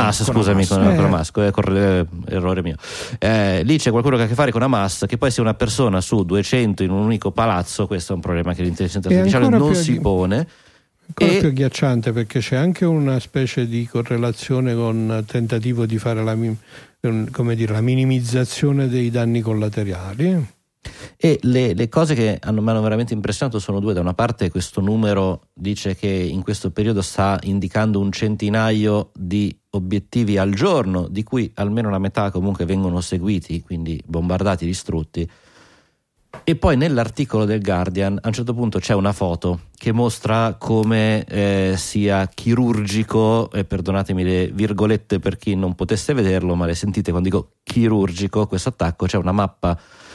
errore mio. Lì c'è qualcuno che ha a che fare con Hamas, che poi sia una persona su 200 in un unico palazzo, questo è un problema che l'intelligenza artificiale non si pone. Ancora più agghiacciante, perché c'è anche una specie di correlazione con tentativo di fare la minimizzazione dei danni collaterali. E le cose che mi hanno veramente impressionato sono due. Da una parte questo numero dice che in questo periodo sta indicando un centinaio di obiettivi al giorno, di cui almeno la metà comunque vengono seguiti, quindi bombardati, distrutti. E poi nell'articolo del Guardian a un certo punto c'è una foto che mostra come sia chirurgico, e perdonatemi le virgolette per chi non potesse vederlo, ma le sentite quando dico chirurgico questo attacco. C'è una mappa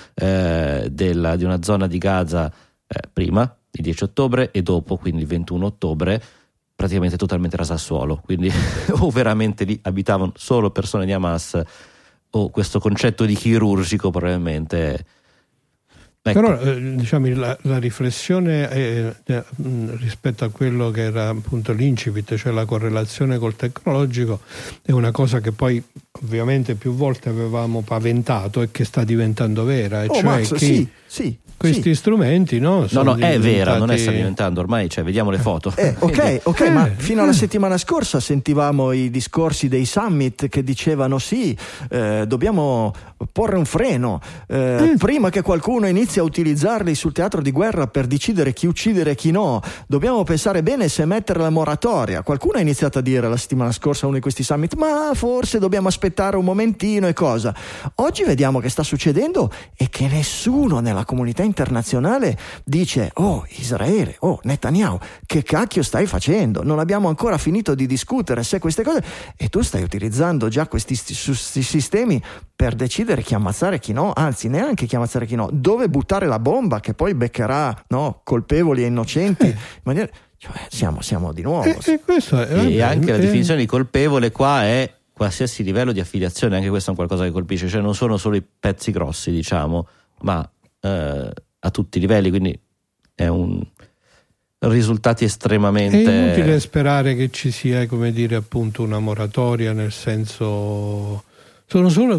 di una zona di Gaza prima, il 10 ottobre, e dopo, quindi il 21 ottobre, praticamente totalmente rasa al suolo. Quindi o veramente lì abitavano solo persone di Hamas, o questo concetto di chirurgico probabilmente... Ecco. Però diciamo la riflessione rispetto a quello che era appunto l'incipit, cioè la correlazione col tecnologico, è una cosa che poi ovviamente più volte avevamo paventato e che sta diventando vera, e cioè Max, che questi strumenti è vera, non sta diventando ormai, cioè vediamo le foto. Ok, ma fino alla settimana scorsa sentivamo i discorsi dei summit che dicevano dobbiamo porre un freno prima che qualcuno inizi a utilizzarli sul teatro di guerra per decidere chi uccidere e chi no. Dobbiamo pensare bene se mettere la moratoria. Qualcuno ha iniziato a dire la settimana scorsa a uno di questi summit, ma forse dobbiamo aspettare un momentino e cosa. Oggi vediamo che sta succedendo e che nessuno nella comunità internazionale dice Israele, Netanyahu, che cacchio stai facendo? Non abbiamo ancora finito di discutere se queste cose, e tu stai utilizzando già questi sistemi per decidere chi ammazzare e chi no, anzi neanche chi ammazzare e chi no, dove buttare la bomba che poi beccherà colpevoli e innocenti in maniera... siamo di nuovo e anche la definizione di colpevole qua è qualsiasi livello di affiliazione. Anche questo è qualcosa che colpisce, cioè non sono solo i pezzi grossi, diciamo, ma a tutti i livelli, quindi è risultati estremamente... È inutile sperare che ci sia, come dire, appunto una moratoria, nel senso... Sono solo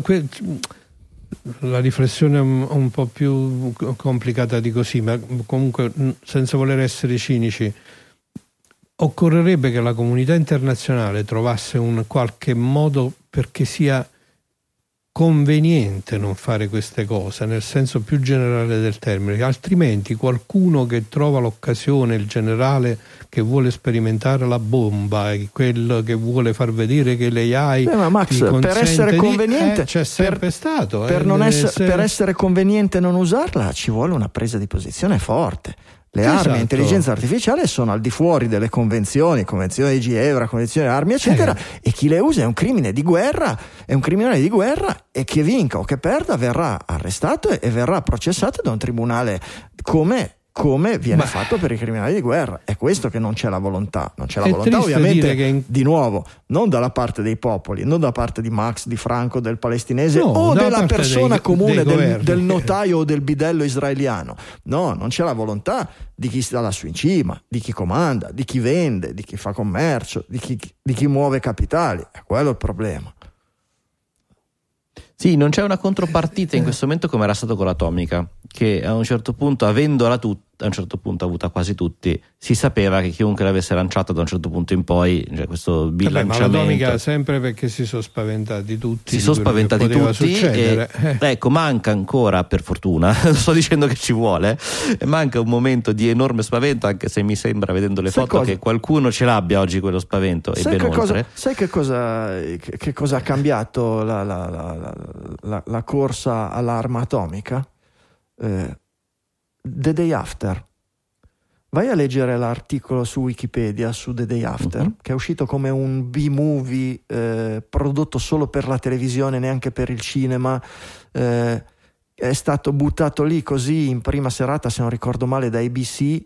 la riflessione è un po' più complicata di così, ma comunque, senza voler essere cinici, occorrerebbe che la comunità internazionale trovasse un qualche modo perché sia conveniente non fare queste cose, nel senso più generale del termine, altrimenti qualcuno che trova l'occasione, il generale che vuole sperimentare la bomba, quello che vuole far vedere che le AI ma Max, per essere conveniente c'è sempre stato per essere conveniente non usarla ci vuole una presa di posizione forte. Le armi e intelligenza artificiale sono al di fuori delle convenzioni di Ginevra, convenzione armi eccetera, e chi le usa è un criminale di guerra, e che vinca o che perda verrà arrestato e verrà processato da un tribunale come viene fatto per i criminali di guerra. È questo che non c'è la volontà. Non c'è la volontà, ovviamente, di nuovo, non dalla parte dei popoli, non da parte di Max, di Franco, del palestinese o della persona comune del notaio o del bidello israeliano. No, non c'è la volontà di chi sta lassù in cima, di chi comanda, di chi vende, di chi fa commercio, di chi muove capitali. È quello il problema. Sì, non c'è una contropartita in questo momento come era stato con l'atomica, che a un certo punto, avendola a un certo punto avuta quasi tutti, si sapeva che chiunque l'avesse lanciata da un certo punto in poi, cioè questo bilanciamento. Ma l'atomica sempre perché si sono spaventati tutti. Ecco, manca ancora, per fortuna, sto dicendo che ci vuole, manca un momento di enorme spavento, anche se mi sembra, vedendo le foto, che qualcuno ce l'abbia oggi quello spavento. Sai che cosa ha cambiato la corsa all'arma atomica? The Day After. Vai a leggere l'articolo su Wikipedia su The Day After, che è uscito come un B-movie prodotto solo per la televisione, neanche per il cinema. È stato buttato lì così in prima serata, se non ricordo male, da ABC,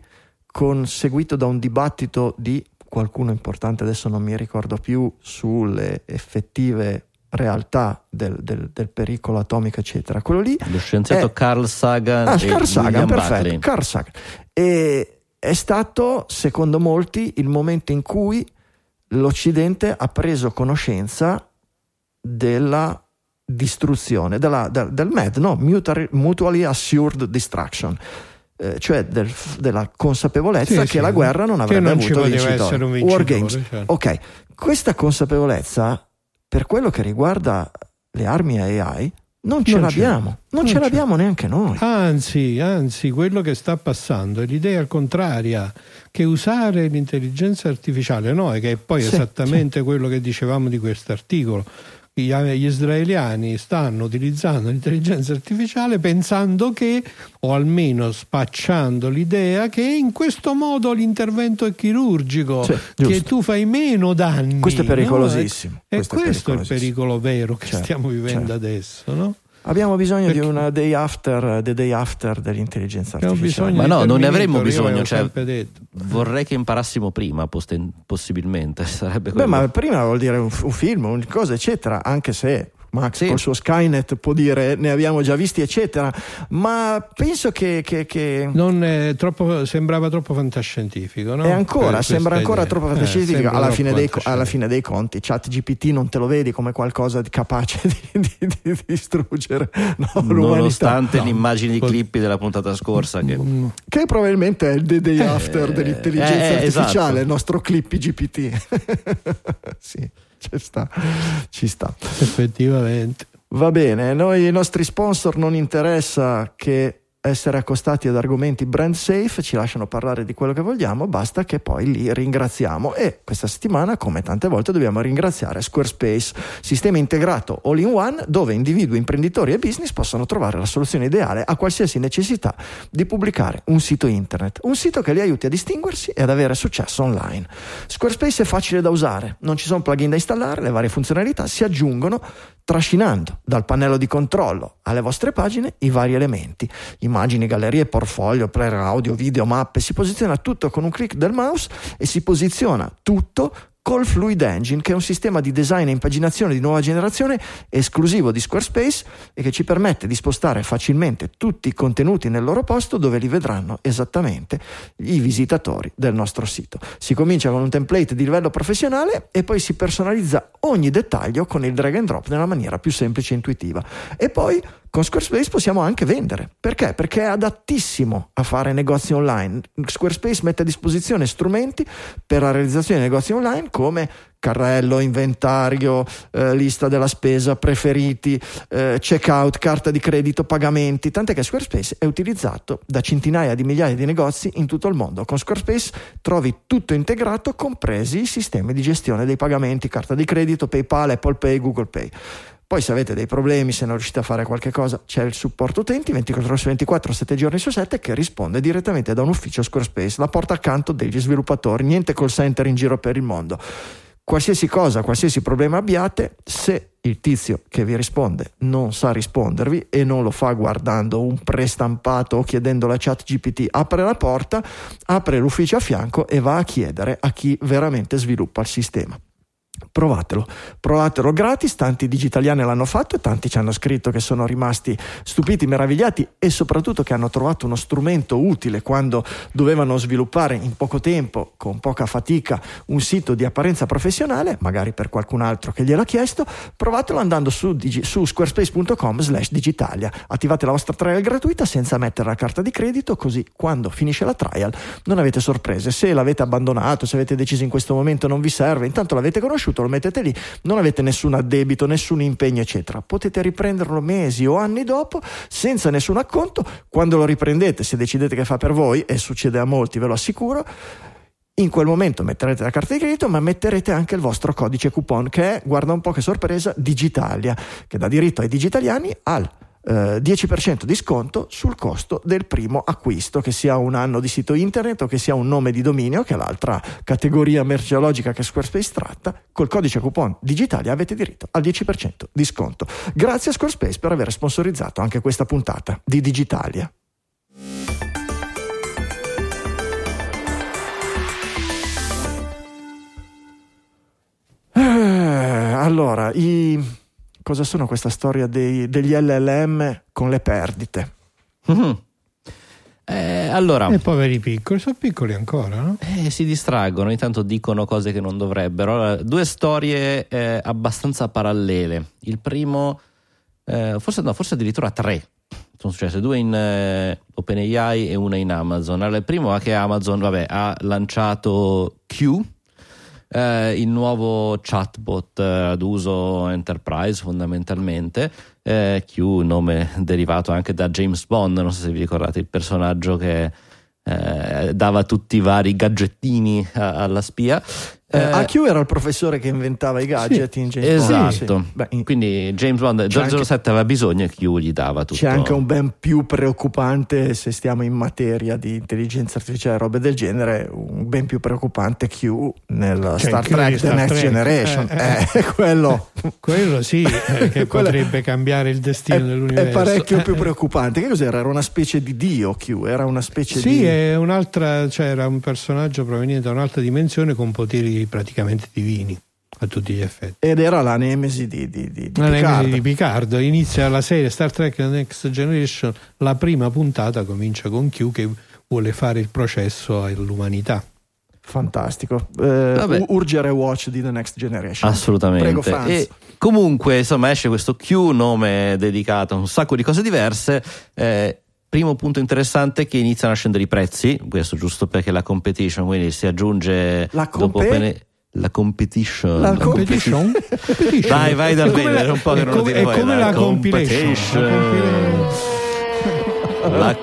conseguito da un dibattito di qualcuno importante, adesso non mi ricordo più, sulle effettive realtà del pericolo atomico, eccetera. Quello lì, lo scienziato Carl Sagan. Carl Sagan, perfetto, Carl Sagan. E è stato, secondo molti, il momento in cui l'Occidente ha preso conoscenza della distruzione, del MAD, no? Mutually Assured Destruction, cioè della consapevolezza che la guerra non avrebbe avuto vincitori. War Games. Certo. Ok, questa consapevolezza, per quello che riguarda le armi AI, non ce l'abbiamo neanche noi. Anzi, quello che sta passando è l'idea contraria, che usare l'intelligenza artificiale, no, che è poi esattamente quello che dicevamo di questo articolo. Gli israeliani stanno utilizzando l'intelligenza artificiale pensando che, o almeno spacciando l'idea che in questo modo l'intervento è chirurgico, che tu fai meno danni. Questo è pericolosissimo. No? E questo è il pericolo vero che stiamo vivendo adesso, no? Abbiamo bisogno di una day after dell'intelligenza artificiale. Ma no, non ne avremmo bisogno. Vorrei che imparassimo prima, possibilmente. Sarebbe quello. Ma prima vuol dire un film, una cosa, eccetera, anche se Max col suo Skynet può dire ne abbiamo già visti, eccetera, ma penso che non è troppo, sembrava troppo fantascientifico, no? Sembra ancora troppo fantascientifico. Alla fine dei conti ChatGPT non te lo vedi come qualcosa di capace di distruggere l'umanità, nonostante l'immagine di clippi della puntata scorsa che probabilmente è il day after dell'intelligenza artificiale, esatto. Il nostro clippy GPT. Sì, ci sta effettivamente. Va bene, noi, i nostri sponsor, non interessa che essere accostati ad argomenti brand safe, ci lasciano parlare di quello che vogliamo, basta che poi li ringraziamo. E questa settimana, come tante volte, dobbiamo ringraziare Squarespace, sistema integrato all in one dove individui, imprenditori e business possono trovare la soluzione ideale a qualsiasi necessità di pubblicare un sito internet, un sito che li aiuti a distinguersi e ad avere successo online. Squarespace è facile da usare, non ci sono plugin da installare, le varie funzionalità si aggiungono trascinando dal pannello di controllo alle vostre pagine i vari elementi: immagini, gallerie, portfolio, player audio, video, mappe. Si posiziona tutto con un click del mouse e si posiziona tutto col Fluid Engine, che è un sistema di design e impaginazione di nuova generazione esclusivo di Squarespace e che ci permette di spostare facilmente tutti i contenuti nel loro posto dove li vedranno esattamente i visitatori del nostro sito. Si comincia con un template di livello professionale e poi si personalizza ogni dettaglio con il drag and drop nella maniera più semplice e intuitiva. E poi con Squarespace possiamo anche vendere. Perché? Perché è adattissimo a fare negozi online. Squarespace mette a disposizione strumenti per la realizzazione di negozi online come carrello, inventario, lista della spesa, preferiti, checkout, carta di credito, pagamenti, tant'è che Squarespace è utilizzato da centinaia di migliaia di negozi in tutto il mondo. Con Squarespace trovi tutto integrato, compresi i sistemi di gestione dei pagamenti, carta di credito, PayPal, Apple Pay, Google Pay. Poi se avete dei problemi, se non riuscite a fare qualche cosa, c'è il supporto utenti 24 ore su 24, 7 giorni su 7, che risponde direttamente da un ufficio Squarespace, la porta accanto degli sviluppatori, niente call center in giro per il mondo. Qualsiasi cosa, qualsiasi problema abbiate, se il tizio che vi risponde non sa rispondervi e non lo fa guardando un prestampato o chiedendo la chat GPT, apre la porta, apre l'ufficio a fianco e va a chiedere a chi veramente sviluppa il sistema. Provatelo gratis, tanti digitaliani l'hanno fatto e tanti ci hanno scritto che sono rimasti stupiti, meravigliati e soprattutto che hanno trovato uno strumento utile quando dovevano sviluppare in poco tempo, con poca fatica, un sito di apparenza professionale, magari per qualcun altro che gliel'ha chiesto. Provatelo andando su squarespace.com/digitalia, attivate la vostra trial gratuita senza mettere la carta di credito, così quando finisce la trial non avete sorprese. Se l'avete abbandonato, se avete deciso in questo momento non vi serve, intanto l'avete conosciuto, lo mettete lì, non avete nessun addebito, nessun impegno eccetera, potete riprenderlo mesi o anni dopo senza nessun acconto. Quando lo riprendete, se decidete che fa per voi, e succede a molti, ve lo assicuro, in quel momento metterete la carta di credito, ma metterete anche il vostro codice coupon che è, guarda un po' che sorpresa, Digitalia, che dà diritto ai digitaliani al 10% di sconto sul costo del primo acquisto, che sia un anno di sito internet o che sia un nome di dominio, che è l'altra categoria merceologica che Squarespace tratta. Col codice coupon Digitalia avete diritto al 10% di sconto. Grazie a Squarespace per aver sponsorizzato anche questa puntata di Digitalia. Allora, cosa sono questa storia degli LLM con le perdite? Allora, i poveri piccoli, sono piccoli ancora, no? Si distraggono, ogni tanto dicono cose che non dovrebbero. Allora, due storie abbastanza parallele. Il primo, forse addirittura tre. Sono successe, due in OpenAI e una in Amazon. Allora, il primo è che Amazon ha lanciato Q, il nuovo chatbot ad uso enterprise fondamentalmente. Q, nome derivato anche da James Bond, non so se vi ricordate il personaggio che dava tutti i vari gadgettini alla spia. Q era il professore che inventava i gadget in James Bond. Esatto. Sì. Quindi James Bond 007 aveva bisogno e Q gli dava tutto. C'è anche un ben più preoccupante, se stiamo in materia di intelligenza artificiale e robe del genere, un ben più preoccupante Q nel Star Trek The Next Generation. Quello sì, che potrebbe cambiare il destino dell'universo. È parecchio più preoccupante. Che cos'era? Era una specie di dio Q, era una specie di... Sì, è un'altra, cioè era un personaggio proveniente da un'altra dimensione con poteri praticamente divini a tutti gli effetti. Ed era la nemesi di Picard. Nemesi di Picard. Inizia la serie Star Trek The Next Generation, la prima puntata comincia con Q che vuole fare il processo all'umanità. Fantastico. Urge rewatch di The Next Generation. Assolutamente. Prego, Franz. E comunque insomma esce questo Q, nome dedicato a un sacco di cose diverse. Primo punto interessante, che iniziano a scendere i prezzi, questo giusto perché la competition, quindi si aggiunge la competition. Dai, vai da bene, un po' che non lo dire poi. È come la competition. La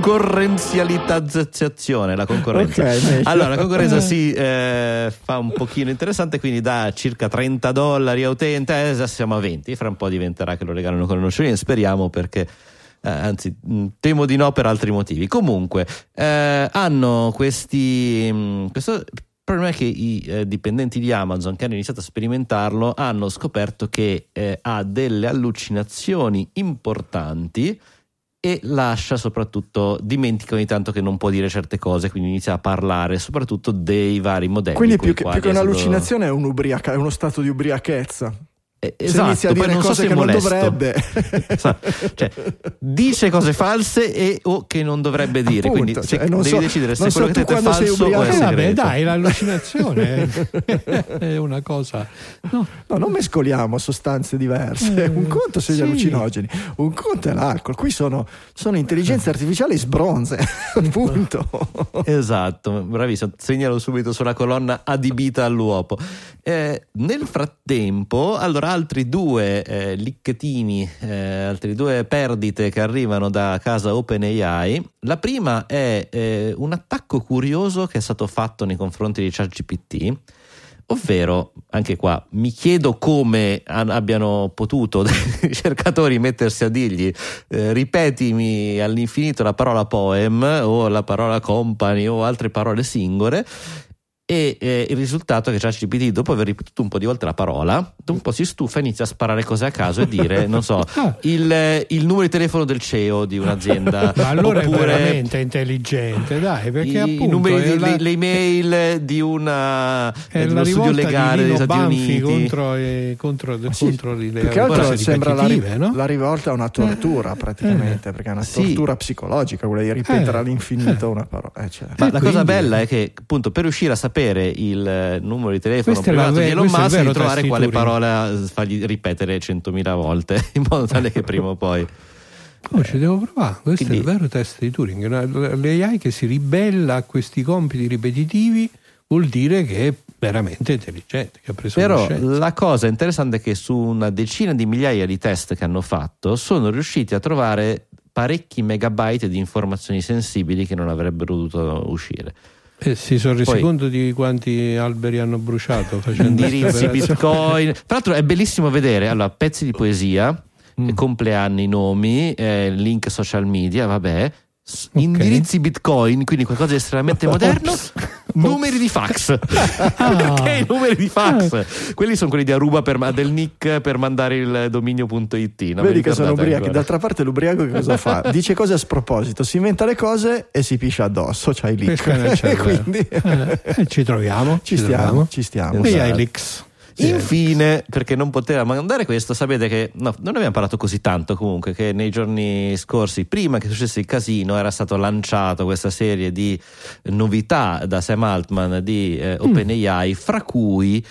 concorrenzializzazione, la concorrenza. Okay, allora, la concorrenza si fa un pochino interessante, quindi da circa $30 a utente, adesso siamo a 20, fra un po' diventerà che lo regalano con le nocciole, speriamo, perché anzi temo di no per altri motivi. Comunque hanno questo problema è che i dipendenti di Amazon che hanno iniziato a sperimentarlo hanno scoperto che ha delle allucinazioni importanti e dimentica ogni tanto che non può dire certe cose, quindi inizia a parlare soprattutto dei vari modelli. Quindi più che un'allucinazione è uno stato di ubriachezza. Esatto, inizia a dire poi non cose so che non dovrebbe. Cioè, dice cose false o che non dovrebbe dire. Appunto, quindi devi decidere se quello che ti è falso o è segreto. Dai, l'allucinazione è una cosa. No, non mescoliamo sostanze diverse. Un conto sono gli allucinogeni, un conto è l'alcol. Qui sono intelligenze artificiali sbronze. Appunto. Esatto, bravissimo. Segnalo subito sulla colonna adibita all'uopo. Nel frattempo, allora, altri due licchettini, altre due perdite che arrivano da casa OpenAI. La prima è un attacco curioso che è stato fatto nei confronti di ChatGPT, ovvero, anche qua mi chiedo come abbiano potuto dei ricercatori mettersi a dirgli ripetimi all'infinito la parola poem o la parola company o altre parole singole. E il risultato è che ChatGPT, dopo aver ripetuto un po' di volte la parola, un po' si stufa e inizia a sparare cose a caso e dire, non so, il numero di telefono del CEO di un'azienda. Ma allora oppure è veramente intelligente, dai, perché appunto numeri le email di uno studio legale degli Stati Uniti contro le che altro sembra la rivolta a una tortura praticamente, perché è una tortura psicologica quella di ripetere all'infinito una parola. Ma la cosa bella è che appunto per riuscire a sapere il numero di telefono privato di Elon Musk, di trovare quale parola fargli ripetere 100.000 volte in modo tale che prima o poi ci devo provare. Questo è il vero test di Turing. L'AI che si ribella a questi compiti ripetitivi vuol dire che è veramente intelligente, che ha preso però la cosa interessante è che su una decina di migliaia di test che hanno fatto sono riusciti a trovare parecchi megabyte di informazioni sensibili che non avrebbero dovuto uscire. Si sono resi conto di quanti alberi hanno bruciato facendo indirizzi Bitcoin. Tra l'altro è bellissimo vedere pezzi di poesia, compleanni, nomi, link social media, indirizzi Bitcoin, quindi qualcosa di estremamente moderno. Numeri di fax. Perché i numeri di fax? Quelli sono quelli di Aruba del nick per mandare il dominio.it. Vedi che sono ubriachi. D'altra parte l'ubriaco che cosa fa? Dice cose a sproposito, si inventa le cose e si piscia addosso. C'hai i leak. Quindi ci troviamo. Ci stiamo. E hai leaks. Infine, perché non poteva mandare questo, sapete che non abbiamo parlato così tanto comunque, che nei giorni scorsi, prima che successe il casino, era stato lanciato questa serie di novità da Sam Altman di OpenAI, fra cui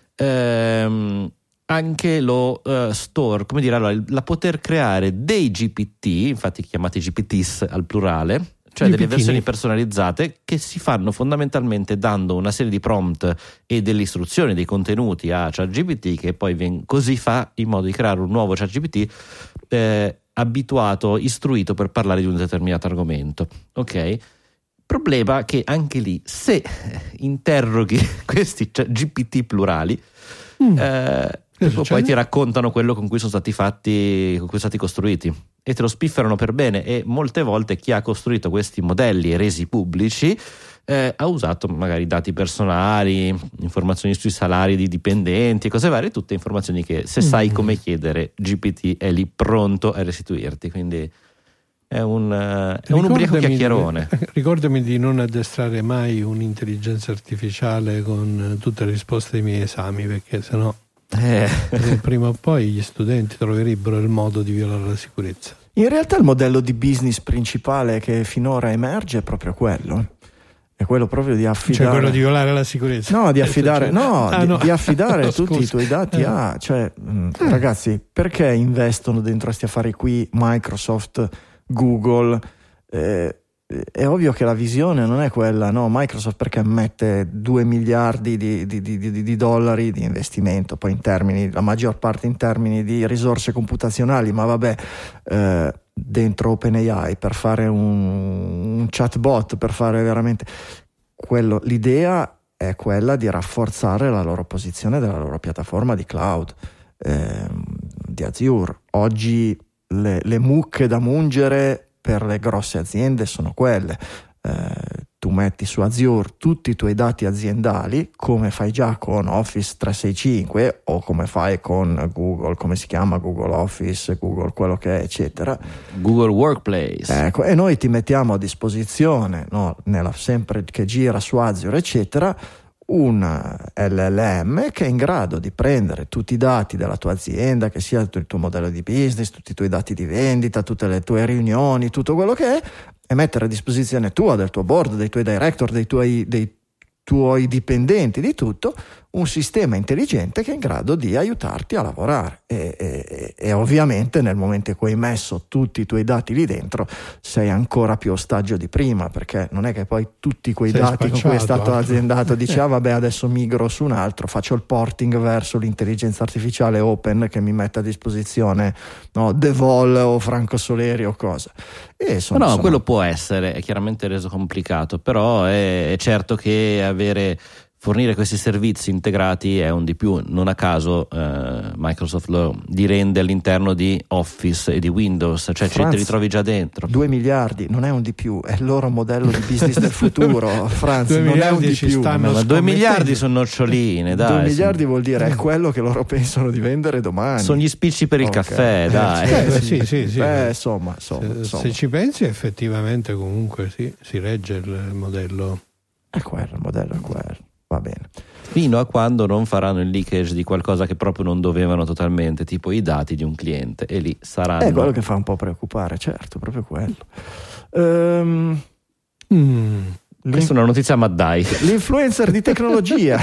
anche lo store, come dire, allora, la poter creare dei GPT, infatti chiamati GPTs al plurale, cioè delle versioni personalizzate che si fanno fondamentalmente dando una serie di prompt e delle istruzioni, dei contenuti a ChatGPT, che poi così fa in modo di creare un nuovo ChatGPT abituato, istruito per parlare di un determinato argomento. Ok? Problema che anche lì, se interroghi questi GPT plurali, poi ti raccontano quello con cui sono stati fatti, con cui sono stati costruiti, e te lo spifferano per bene. E molte volte chi ha costruito questi modelli resi pubblici ha usato magari dati personali, informazioni sui salari di dipendenti e cose varie, tutte informazioni che, se sai come chiedere, GPT è lì pronto a restituirti. Quindi è un ubriaco chiacchierone. Ricordami di non addestrare mai un'intelligenza artificiale con tutte le risposte ai miei esami, perché sennò prima o poi gli studenti troverebbero il modo di violare la sicurezza. In realtà il modello di business principale che finora emerge è proprio quello. È quello proprio di affidare, cioè quello di violare la sicurezza. No, di affidare, di affidare tutti i tuoi dati a, cioè, ragazzi, perché investono dentro questi affari qui Microsoft, Google? È ovvio che la visione non è quella, no? Microsoft perché mette 2 miliardi di dollari di investimento, poi in termini, la maggior parte in termini di risorse computazionali, ma vabbè, dentro OpenAI per fare un chatbot, per fare veramente quello. L'idea è quella di rafforzare la loro posizione della loro piattaforma di cloud, di Azure. Oggi le mucche da mungere per le grosse aziende sono quelle. Tu metti su Azure tutti i tuoi dati aziendali, come fai già con Office 365 o come fai con Google, come si chiama, Google Office, Google quello che è, eccetera, Google Workplace. Ecco, e noi ti mettiamo a disposizione, no, sempre che gira su Azure, eccetera, un LLM che è in grado di prendere tutti i dati della tua azienda, che sia il tuo modello di business, tutti i tuoi dati di vendita, tutte le tue riunioni, tutto quello che è, e mettere a disposizione tua, del tuo board, dei tuoi director, dei tuoi dipendenti, di tutto, un sistema intelligente che è in grado di aiutarti a lavorare. E ovviamente nel momento in cui hai messo tutti i tuoi dati lì dentro sei ancora più ostaggio di prima, perché non è che poi tutti quei dati con cui è stato aziendato dici vabbè, adesso migro su un altro, faccio il porting verso l'intelligenza artificiale open che mi mette a disposizione, no, De Vol o Franco Soleri o cosa. Quello può essere, è chiaramente reso complicato, però è certo che fornire questi servizi integrati è un di più. Non a caso Microsoft lo rende all'interno di Office e di Windows, cioè te li trovi già dentro. 2 miliardi non è un di più, è il loro modello di business del futuro. Franz, non è un di più. Ma 2 miliardi sono noccioline, dai. 2 miliardi vuol dire è quello che loro pensano di vendere domani. Sono gli spicci per il caffè, dai. Sì. Insomma. Se ci pensi, effettivamente comunque si regge il modello. È quello, il modello è quello. Va bene. Fino a quando non faranno il leakage di qualcosa che proprio non dovevano totalmente, tipo i dati di un cliente, e lì saranno. È quello che fa un po' preoccupare, certo, proprio quello. Questa è una notizia, ma dai. L'influencer di tecnologia.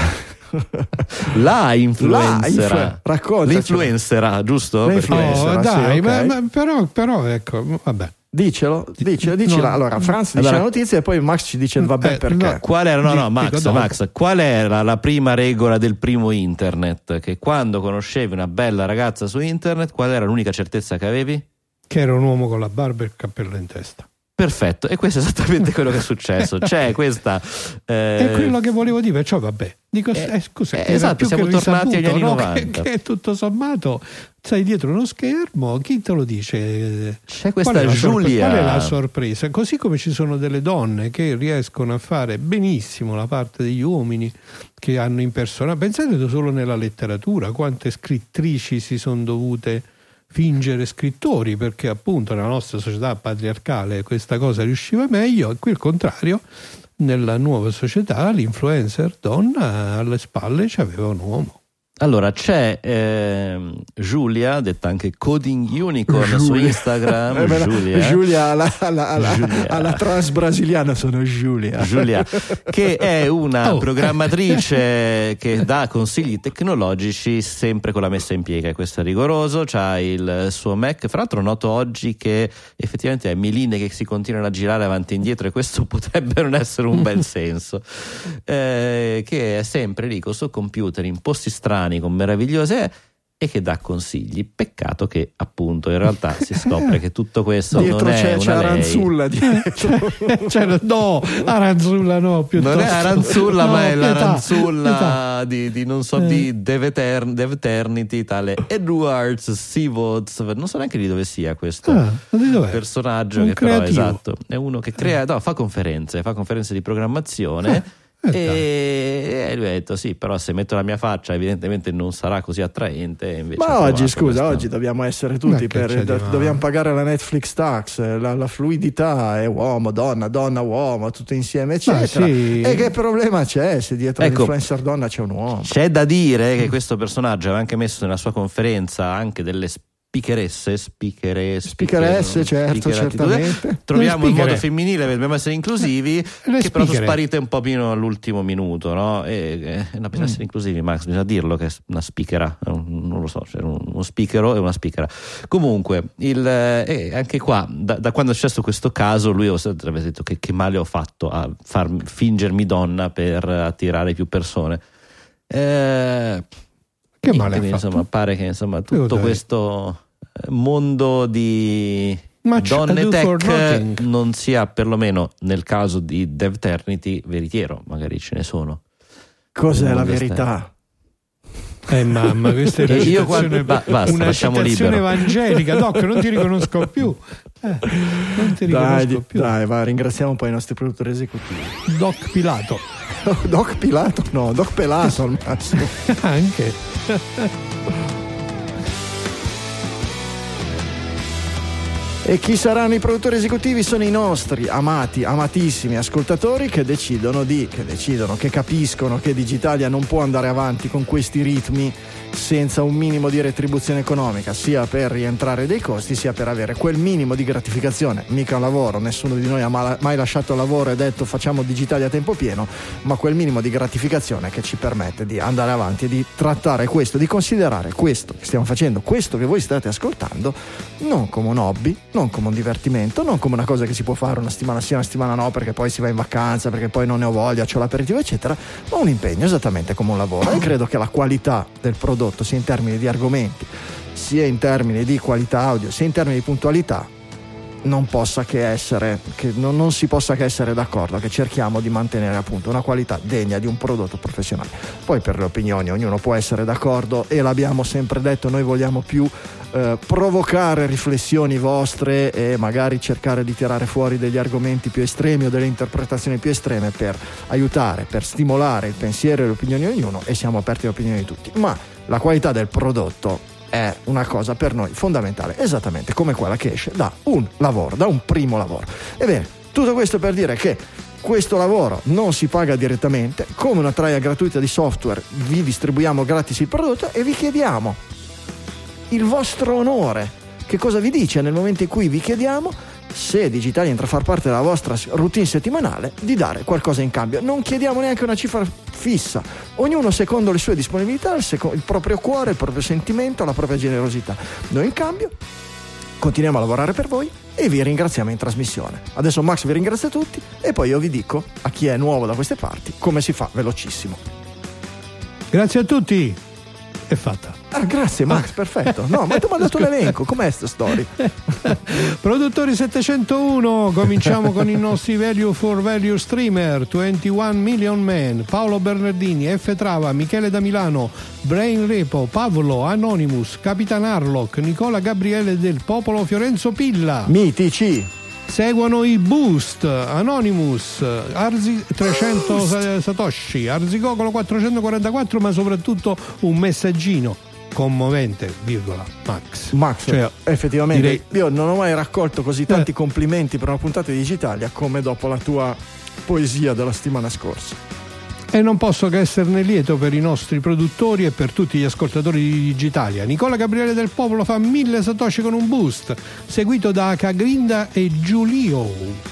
Raccontaci. L'influencerà, giusto? Dai, okay. Però ecco, vabbè. Dicelo. Allora, Franz dice la notizia e poi Max ci dice vabbè perché. Qual era? Max, qual era la prima regola del primo internet? Che quando conoscevi una bella ragazza su internet, qual era l'unica certezza che avevi? Che era un uomo con la barba e il cappello in testa. Perfetto, e questo è esattamente quello che è successo. C'è questa è quello che volevo dire, perciò vabbè. Dico, scusa, esatto, siamo tornati agli anni 90. Che tutto sommato stai dietro uno schermo, chi te lo dice? C'è questa Giulia. Qual è la sorpresa? Così come ci sono delle donne che riescono a fare benissimo la parte degli uomini che hanno impersonato. Pensate solo nella letteratura, quante scrittrici si sono dovute fingere scrittori, perché appunto nella nostra società patriarcale questa cosa riusciva meglio, e qui il contrario, nella nuova società l'influencer donna alle spalle c'aveva un uomo. Allora c'è Giulia, detta anche Coding Unicorn su Instagram. Giulia alla trans brasiliana, sono Giulia, che è una programmatrice che dà consigli tecnologici sempre con la messa in piega, e questo è rigoroso. C'ha il suo Mac, fra l'altro noto oggi che effettivamente è miline che si continuano a girare avanti e indietro, e questo potrebbe non essere un bel senso, che è sempre lì con suo computer in posti strani con meravigliose e che dà consigli. Peccato che appunto in realtà si scopre che tutto questo dietro non è c'è Aranzulla dietro. No, Aranzulla no, piuttosto. Non è Aranzulla, ma è l'Aranzulla di non so, di Devternity, tale Edwards Seawards, non so neanche di dove sia questo personaggio, un che creativo. però esatto è uno che crea, fa conferenze di programmazione. E lui ha detto sì, però se metto la mia faccia evidentemente non sarà così attraente. Invece ma oggi oggi dobbiamo essere tutti dobbiamo pagare la Netflix tax, la fluidità è uomo, donna, uomo, tutto insieme eccetera. E che problema c'è se dietro l'influencer donna c'è un uomo? C'è da dire che questo personaggio aveva anche messo nella sua conferenza anche delle speakeresse, certo, certamente. Troviamo il modo femminile, dobbiamo essere inclusivi, che però sono sparite un po' meno all'ultimo minuto, no? Bisogna essere inclusivi, Max, bisogna dirlo che è una speakera, non lo so, c'è uno speakero e una speakera. Comunque, anche qua, da quando è successo questo caso, lui aveva detto che male ho fatto a fingermi donna per attirare più persone. Che male insomma, pare che tutto questo mondo di donne tech non sia, perlomeno nel caso di Devternity, veritiero. Magari ce ne sono. Cos'è la verità? Mamma, questa è una citazione evangelica. Doc, non ti riconosco più. Dai, va, ringraziamo un po' i nostri produttori esecutivi. Doc Pilato. Doc Pilato? No, Doc Pelato al massimo. Anche. E chi saranno i produttori esecutivi? Sono i nostri amatissimi ascoltatori che capiscono che Digitalia non può andare avanti con questi ritmi senza un minimo di retribuzione economica, sia per rientrare dei costi, sia per avere quel minimo di gratificazione. Mica un lavoro, nessuno di noi ha mai lasciato il lavoro e detto facciamo Digitalia a tempo pieno, ma quel minimo di gratificazione che ci permette di andare avanti e di trattare questo, di considerare questo che stiamo facendo, questo che voi state ascoltando, non come un hobby, non come un divertimento, non come una cosa che si può fare una settimana sì, una settimana no, perché poi si va in vacanza, perché poi non ne ho voglia, c'ho l'aperitivo eccetera, ma un impegno esattamente come un lavoro. E credo che la qualità del prodotto, sia in termini di argomenti, sia in termini di qualità audio, sia in termini di puntualità, non si possa che essere d'accordo che cerchiamo di mantenere appunto una qualità degna di un prodotto professionale. Poi per le opinioni ognuno può essere d'accordo, e l'abbiamo sempre detto, noi vogliamo più provocare riflessioni vostre e magari cercare di tirare fuori degli argomenti più estremi o delle interpretazioni più estreme per aiutare, per stimolare il pensiero e le opinioni di ognuno, e siamo aperti alle opinioni di tutti, ma la qualità del prodotto è una cosa per noi fondamentale, esattamente come quella che esce da un lavoro, da un primo lavoro. Ebbene, tutto questo per dire che questo lavoro non si paga direttamente, come una trial gratuita di software vi distribuiamo gratis il prodotto e vi chiediamo il vostro onore. Che cosa vi dice nel momento in cui vi chiediamo, se Digitalia entra a far parte della vostra routine settimanale, di dare qualcosa in cambio? Non chiediamo neanche una cifra fissa, ognuno secondo le sue disponibilità, il proprio cuore, il proprio sentimento, la propria generosità. Noi in cambio continuiamo a lavorare per voi e vi ringraziamo in trasmissione. Adesso Max vi ringrazia tutti e poi io vi dico, a chi è nuovo da queste parti, come si fa velocissimo. Grazie a tutti. È fatta. Grazie Max, perfetto. No, ma tu mi hai dato l'elenco, com'è sta storia? Produttori 701, cominciamo con i nostri Value for Value streamer: 21 Million Man, Paolo Bernardini, F Trava, Michele da Milano, Brain Repo, Pavlo, Anonymous, Capitan Harlock, Nicola Gabriele del Popolo, Fiorenzo Pilla. Mitici. Seguono i Boost, Anonymous, Arzi 300 Satoshi, Arzigogolo 444, ma soprattutto un messaggino commovente, virgola, Max, cioè, effettivamente io non ho mai raccolto così tanti complimenti per una puntata di Digitalia come dopo la tua poesia della settimana scorsa. E non posso che esserne lieto per i nostri produttori e per tutti gli ascoltatori di Digitalia. Nicola Gabriele del Popolo fa 1000 satoshi con un boost, seguito da H-Grinda e Giulio,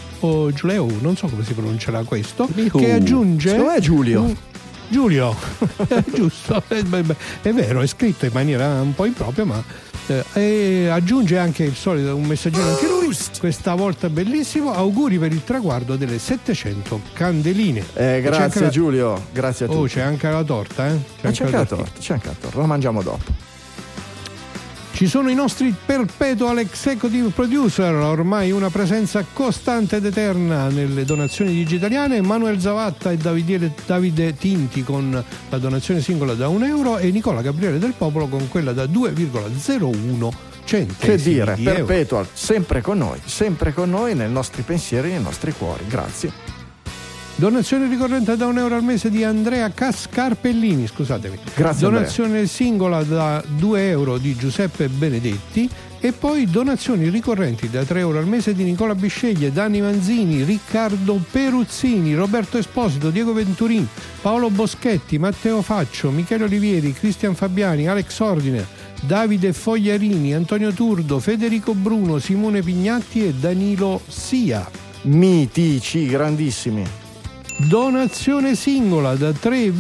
non so come si pronuncerà questo, che aggiunge... Dov'è Giulio? Giulio, giusto, è vero, è scritto in maniera un po' impropria, ma e aggiunge anche il solito un messaggino anche lui, questa volta bellissimo. Auguri per il traguardo delle 700 candeline. Grazie Giulio, grazie a tutti. C'è anche la torta, c'è anche la torta, la mangiamo dopo. Ci sono i nostri perpetual executive producer, ormai una presenza costante ed eterna nelle donazioni digitaliane, Manuel Zavatta e Davide Tinti con la donazione singola da €1 e Nicola Gabriele del Popolo con quella da 2,01 centesimi. Che dire, perpetual, sempre con noi nei nostri pensieri, nei nostri cuori. Grazie. Donazione ricorrente da €1 al mese di Andrea Cascarpellini, scusatemi. Grazie. Donazione Andrea. singola da €2 di Giuseppe Benedetti e poi donazioni ricorrenti da €3 al mese di Nicola Bisceglie, Dani Manzini, Riccardo Peruzzini, Roberto Esposito, Diego Venturin, Paolo Boschetti, Matteo Faccio, Michele Olivieri, Cristian Fabiani, Alex Ordine, Davide Fogliarini, Antonio Turdo, Federico Bruno, Simone Pignatti e Danilo Sia. Mitici, grandissimi. Donazione singola da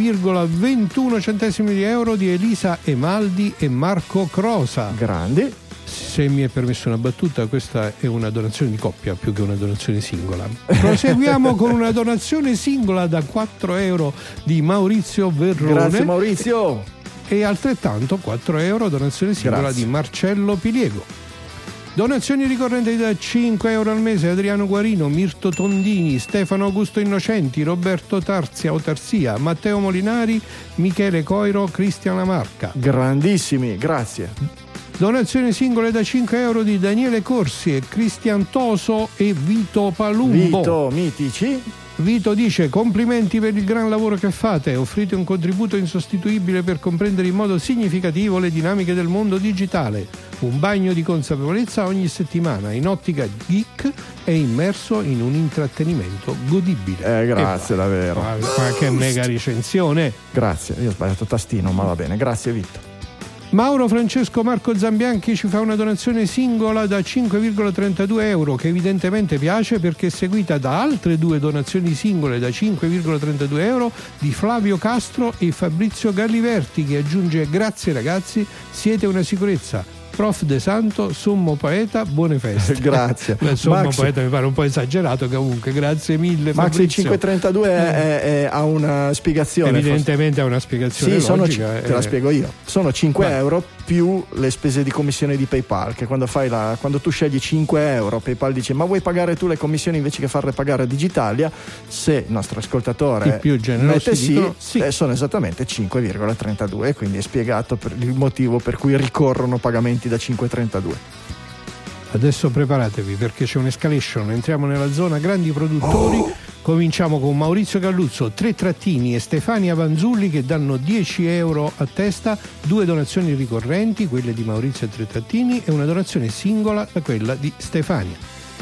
3,21 centesimi di euro di Elisa Emaldi e Marco Crosa. Grandi. Se mi è permesso una battuta, questa è una donazione di coppia più che una donazione singola. Proseguiamo con una donazione singola da €4 di Maurizio Verrone. Grazie Maurizio. E altrettanto €4 donazione singola di Marcello Piliego. Donazioni ricorrenti da €5 al mese Adriano Guarino, Mirto Tondini, Stefano Augusto Innocenti, Roberto Tarzia, Matteo Molinari, Michele Coiro, Cristian Lamarca. Grandissimi, grazie. Donazioni singole da €5 di Daniele Corsi e Cristian Toso e Vito Palumbo. Vito, mitici. Vito dice: complimenti per il gran lavoro che fate, offrite un contributo insostituibile per comprendere in modo significativo le dinamiche del mondo digitale. Un bagno di consapevolezza ogni settimana, in ottica geek e immerso in un intrattenimento godibile. Grazie davvero. Ma che mega recensione. Grazie, io ho sbagliato tastino, ma va bene, grazie Vito. Mauro Francesco Marco Zambianchi ci fa una donazione singola da €5,32 che evidentemente piace perché è seguita da altre 2 donazioni singole da €5,32 di Flavio Castro e Fabrizio Galliverti, che aggiunge: grazie ragazzi, siete una sicurezza. Prof De Santo, sommo poeta, buone feste. Grazie. Sommo poeta mi pare un po' esagerato, comunque grazie mille Max. Fabrizio. Il 532 ha una spiegazione. Evidentemente ha una spiegazione logica. Te la spiego io. Sono €5 più le spese di commissione di PayPal, che quando tu scegli €5, PayPal dice: ma vuoi pagare tu le commissioni invece che farle pagare a Digitalia? Se il nostro ascoltatore più generosi mette dicono, sono esattamente 5,32, quindi è spiegato il motivo per cui ricorrono pagamenti da 5,32. Adesso preparatevi perché c'è un'escalation, entriamo nella zona grandi produttori. Cominciamo con Maurizio Galluzzo, 3 trattini e Stefania Vanzulli che danno €10 a testa, 2 donazioni ricorrenti, quelle di Maurizio e 3 trattini, e una donazione singola da quella di Stefania.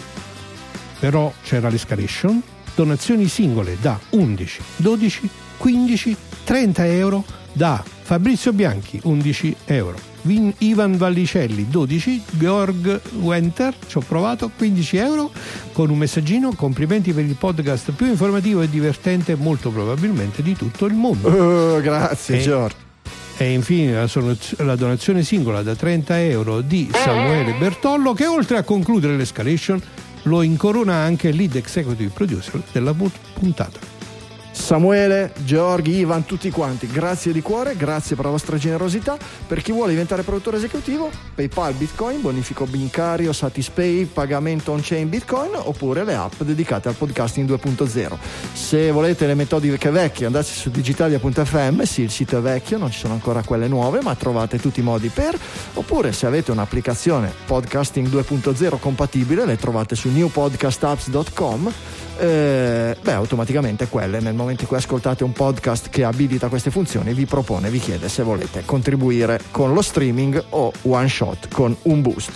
Però c'era l'escalation, donazioni singole da 11, 12, 15, €30 da Fabrizio Bianchi, €11. Ivan Vallicelli 12, Georg Wenter, ci ho provato, €15 con un messaggino: complimenti per il podcast più informativo e divertente molto probabilmente di tutto il mondo. Grazie Georg. E infine la donazione singola da €30 di Samuele Bertollo, che oltre a concludere l'escalation lo incorona anche lead executive producer della puntata. Samuele, Georgi, Ivan, tutti quanti, grazie di cuore, grazie per la vostra generosità. Per chi vuole diventare produttore esecutivo, PayPal, Bitcoin, bonifico bancario, Satispay, pagamento on-chain Bitcoin, oppure le app dedicate al podcasting 2.0. Se volete le metodiche vecchie, andate su digitalia.fm, sì, il sito è vecchio, non ci sono ancora quelle nuove, ma trovate tutti i modi per. Oppure se avete un'applicazione podcasting 2.0 compatibile, le trovate su newpodcastapps.com. Automaticamente quelle, nel momento in cui ascoltate un podcast che abilita queste funzioni, vi chiede se volete contribuire con lo streaming o one shot con un boost.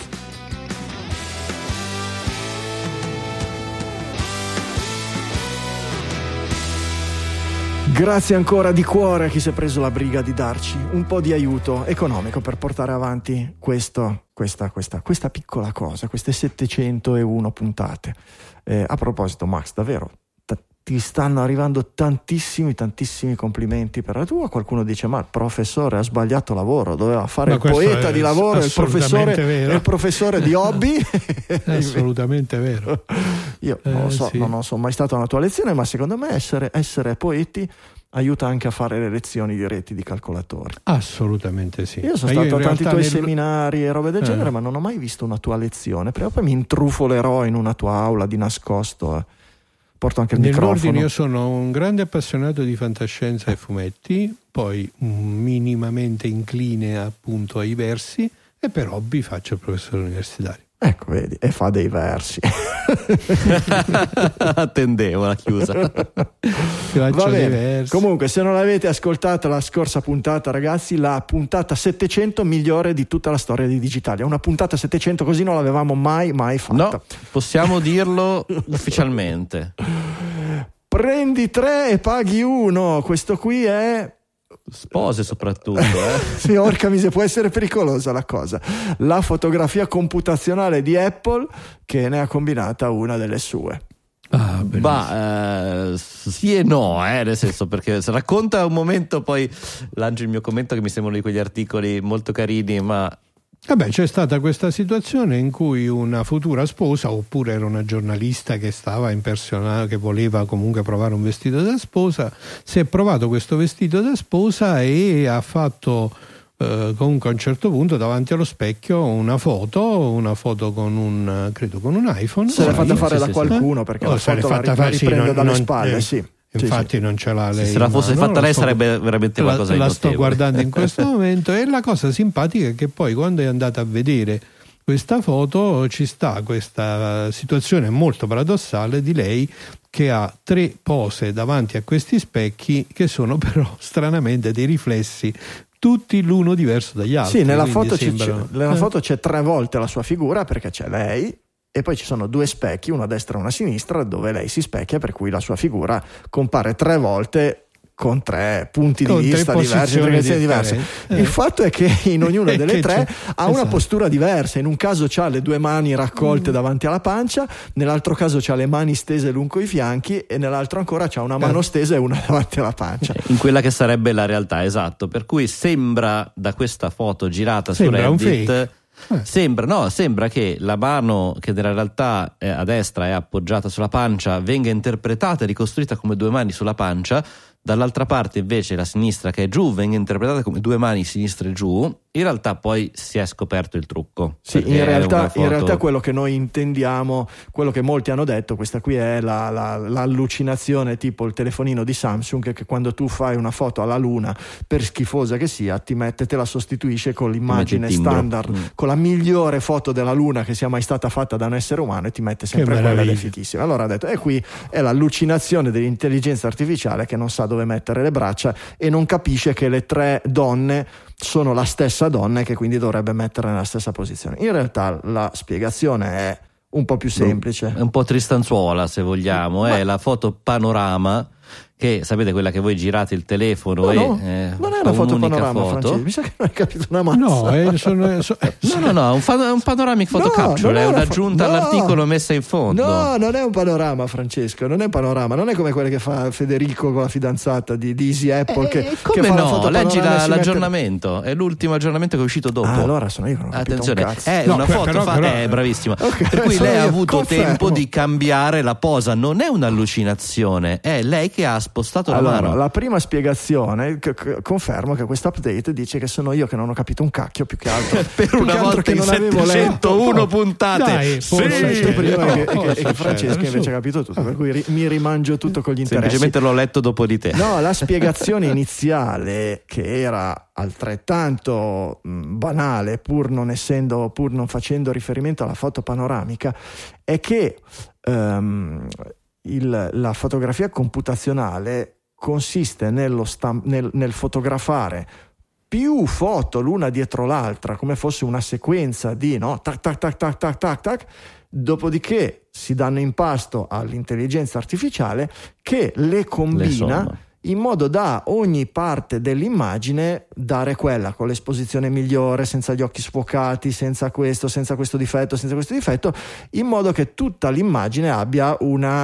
Grazie ancora di cuore a chi si è preso la briga di darci un po' di aiuto economico per portare avanti questa piccola cosa, queste 701 puntate. A proposito, Max, davvero ti stanno arrivando tantissimi complimenti per la tua. Qualcuno dice: ma il professore ha sbagliato lavoro, doveva fare il poeta di lavoro e il professore di hobby. È assolutamente vero. Io non lo so, sì. Non sono mai stato a una tua lezione, ma secondo me essere poeti aiuta anche a fare le lezioni di reti di calcolatori. Assolutamente sì. Io sono stato a tanti tuoi seminari e robe del genere, ma non ho mai visto una tua lezione. Prima o poi mi intrufolerò in una tua aula di nascosto. Porto anche il microfono. Nell'ordine, io sono un grande appassionato di fantascienza e fumetti, poi minimamente incline appunto ai versi, e per hobby faccio il professore universitario. Ecco, vedi, e fa dei versi. Attendevo la chiusa. Va bene. Comunque, se non l'avete ascoltata la scorsa puntata, ragazzi, la puntata 700 migliore di tutta la storia di Digitalia. Una puntata 700 così non l'avevamo mai fatta. No, possiamo dirlo ufficialmente. Prendi 3 e paghi 1. Questo qui è spose soprattutto, Sì, orca miseria, può essere pericolosa la cosa. La fotografia computazionale di Apple, che ne ha combinata una delle sue. Sì e no, nel senso, perché se racconta un momento, poi lancio il mio commento, che mi sembrano di quegli articoli molto carini, ma c'è stata questa situazione in cui una futura sposa, oppure era una giornalista che stava impersonando, che voleva comunque provare un vestito da sposa, si è provato questo vestito da sposa e ha fatto comunque a un certo punto davanti allo specchio una foto con un iPhone. Se l'è fatta fare da qualcuno, perché la foto la riprende dalle spalle, sì. Infatti non ce l'ha lei. Se la fosse fatta lei sarebbe veramente qualcosa di notevole. La sto guardando in questo momento, e la cosa simpatica è che poi, quando è andata a vedere questa foto, ci sta questa situazione molto paradossale di lei che ha 3 pose davanti a questi specchi, che sono però stranamente dei riflessi, tutti l'uno diverso dagli altri. Sì, nella foto c'è 3 volte la sua figura, perché c'è lei, e poi ci sono 2 specchi, uno a destra e uno a sinistra, dove lei si specchia, per cui la sua figura compare 3 volte con 3 punti di vista diversi, 3 direzioni diverse. Il fatto è che in ognuna delle 3 ha una postura diversa. In un caso c'ha le 2 mani raccolte davanti alla pancia, nell'altro caso c'ha le mani stese lungo i fianchi, e nell'altro ancora c'ha una mano stesa e una davanti alla pancia. In quella che sarebbe la realtà, esatto. Per cui sembra, da questa foto girata su Reddit, sembra che la mano, che nella realtà a destra è appoggiata sulla pancia, venga interpretata e ricostruita come 2 mani sulla pancia. Dall'altra parte invece la sinistra, che è giù, venga interpretata come 2 mani sinistre giù. In realtà poi si è scoperto il trucco. Sì, in realtà quello che noi intendiamo, quello che molti hanno detto, questa qui è l'allucinazione tipo il telefonino di Samsung, che quando tu fai una foto alla luna, per schifosa che sia, te la sostituisce con l'immagine standard, con la migliore foto della luna che sia mai stata fatta da un essere umano, e ti mette sempre quella ed è fichissima. Allora ha detto, e qui è l'allucinazione dell'intelligenza artificiale, che non sa dove mettere le braccia e non capisce che le 3 donne sono la stessa donna, e che quindi dovrebbe mettere nella stessa posizione. In realtà la spiegazione è un po' più semplice, è un po' tristanzuola, se vogliamo. È la foto panorama, che sapete, quella che voi girate il telefono non è una foto panorama, Francesco, mi sa che non hai capito una mazza. No, un panoramic photo capture, è un'aggiunta all'articolo messa in fondo. No, non è un panorama, Francesco, non è un panorama, non è come quelle che fa Federico con la fidanzata di Easy Apple, che fa la foto. Leggi l'aggiornamento, è l'ultimo aggiornamento che è uscito dopo. Allora sono io che non ho capito un cazzo. È una foto bravissima. Okay, per cui lei ha avuto tempo di cambiare la posa, non è un'allucinazione, è lei che ha spostato la mano. La prima spiegazione, confermo che questo update dice che sono io che non ho capito un cacchio, più che altro per una volta che non avevo letto 101 puntate. Dai, e Francesco invece ha capito tutto, per cui mi rimangio tutto con gli interessi. Semplicemente l'ho letto dopo di te. No, la spiegazione iniziale, che era altrettanto banale, pur non facendo riferimento alla foto panoramica, è che la fotografia computazionale consiste nel fotografare più foto l'una dietro l'altra, come fosse una sequenza di tac tac tac tac tac tac tac, dopodiché si danno in pasto all'intelligenza artificiale, che le combina in modo da ogni parte dell'immagine dare quella con l'esposizione migliore, senza gli occhi sfocati, senza questo difetto, in modo che tutta l'immagine abbia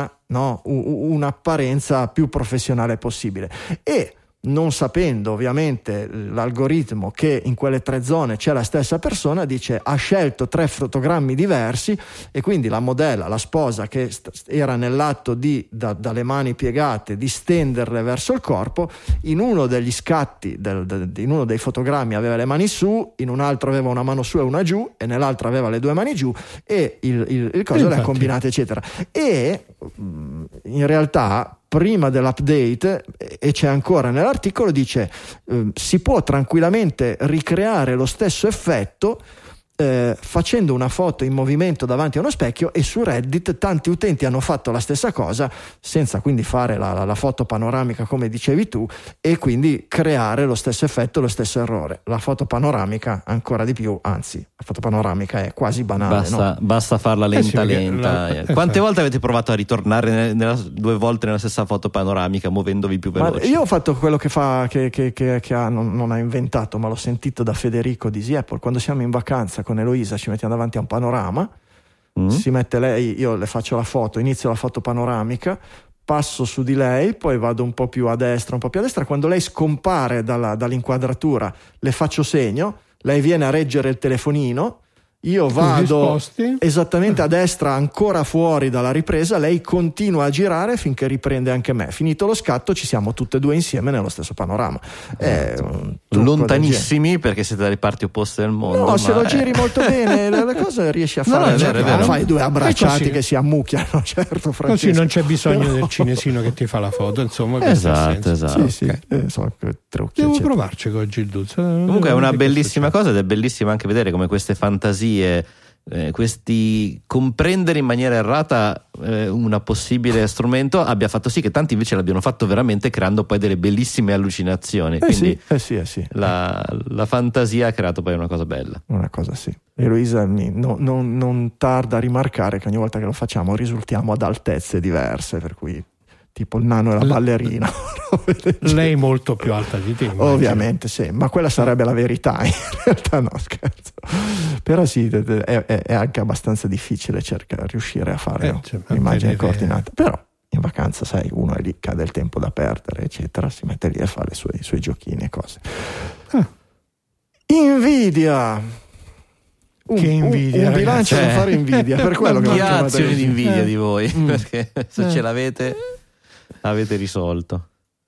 un'apparenza più professionale possibile. E non sapendo ovviamente l'algoritmo che in quelle 3 zone c'è la stessa persona, ha scelto 3 fotogrammi diversi, e quindi la modella, la sposa, che era nell'atto dalle mani piegate di stenderle verso il corpo, in uno degli scatti in uno dei fotogrammi aveva le mani su, in un altro aveva una mano su e una giù, e nell'altro aveva le 2 mani giù, e il coso le ha combinate eccetera. E in realtà prima dell'update, e c'è ancora nell'articolo, dice si può tranquillamente ricreare lo stesso effetto facendo una foto in movimento davanti a uno specchio, e su Reddit tanti utenti hanno fatto la stessa cosa senza quindi fare la foto panoramica come dicevi tu, e quindi creare lo stesso effetto, lo stesso errore. La foto panoramica ancora di più, anzi la foto panoramica è quasi banale, basta farla lenta. Quante volte avete provato a ritornare 2 volte nella stessa foto panoramica muovendovi più veloci? Io ho fatto quello che non ha inventato, ma l'ho sentito da Federico di Easy Apple. Quando siamo in vacanza con Eloisa ci mettiamo davanti a un panorama, si mette lei, io le faccio la foto, inizio la foto panoramica, passo su di lei, poi vado un po' più a destra, quando lei scompare dall'inquadratura le faccio segno, lei viene a reggere il telefonino, io vado esattamente a destra, ancora fuori dalla ripresa, lei continua a girare finché riprende anche me. Finito lo scatto ci siamo tutte e 2 insieme nello stesso panorama. Lontanissimi perché siete dalle parti opposte del mondo. No, se lo giri molto bene le cose riesci a fare. È vero. Fai 2 abbracciati che si ammucchiano, certo, Francesco. Così non c'è bisogno del cinesino che ti fa la foto, insomma. Esatto. Sì. Devo provarci con Gilduzzo. Comunque è una bellissima cosa, ed è bellissimo anche vedere come queste fantasie, questi comprendere in maniera errata una possibile strumento abbia fatto sì che tanti invece l'abbiano fatto veramente, creando poi delle bellissime allucinazioni. Quindi sì. La fantasia ha creato poi una cosa bella. Una cosa sì. Eloisa non tarda a rimarcare che ogni volta che lo facciamo risultiamo ad altezze diverse, per cui tipo il nano e la ballerina. Lei molto più alta di te, ovviamente, sì, ma quella sarebbe la verità, in realtà no, scherzo. Però sì, è anche abbastanza difficile riuscire a fare un'immagine coordinata. Però in vacanza, sai, uno è lì, cade il tempo da perdere eccetera, si mette lì a fare i suoi giochini e cose. Nvidia, un bilancio da fare Nvidia, per quello che azioni di Nvidia di voi, perché se ce l'avete risolto.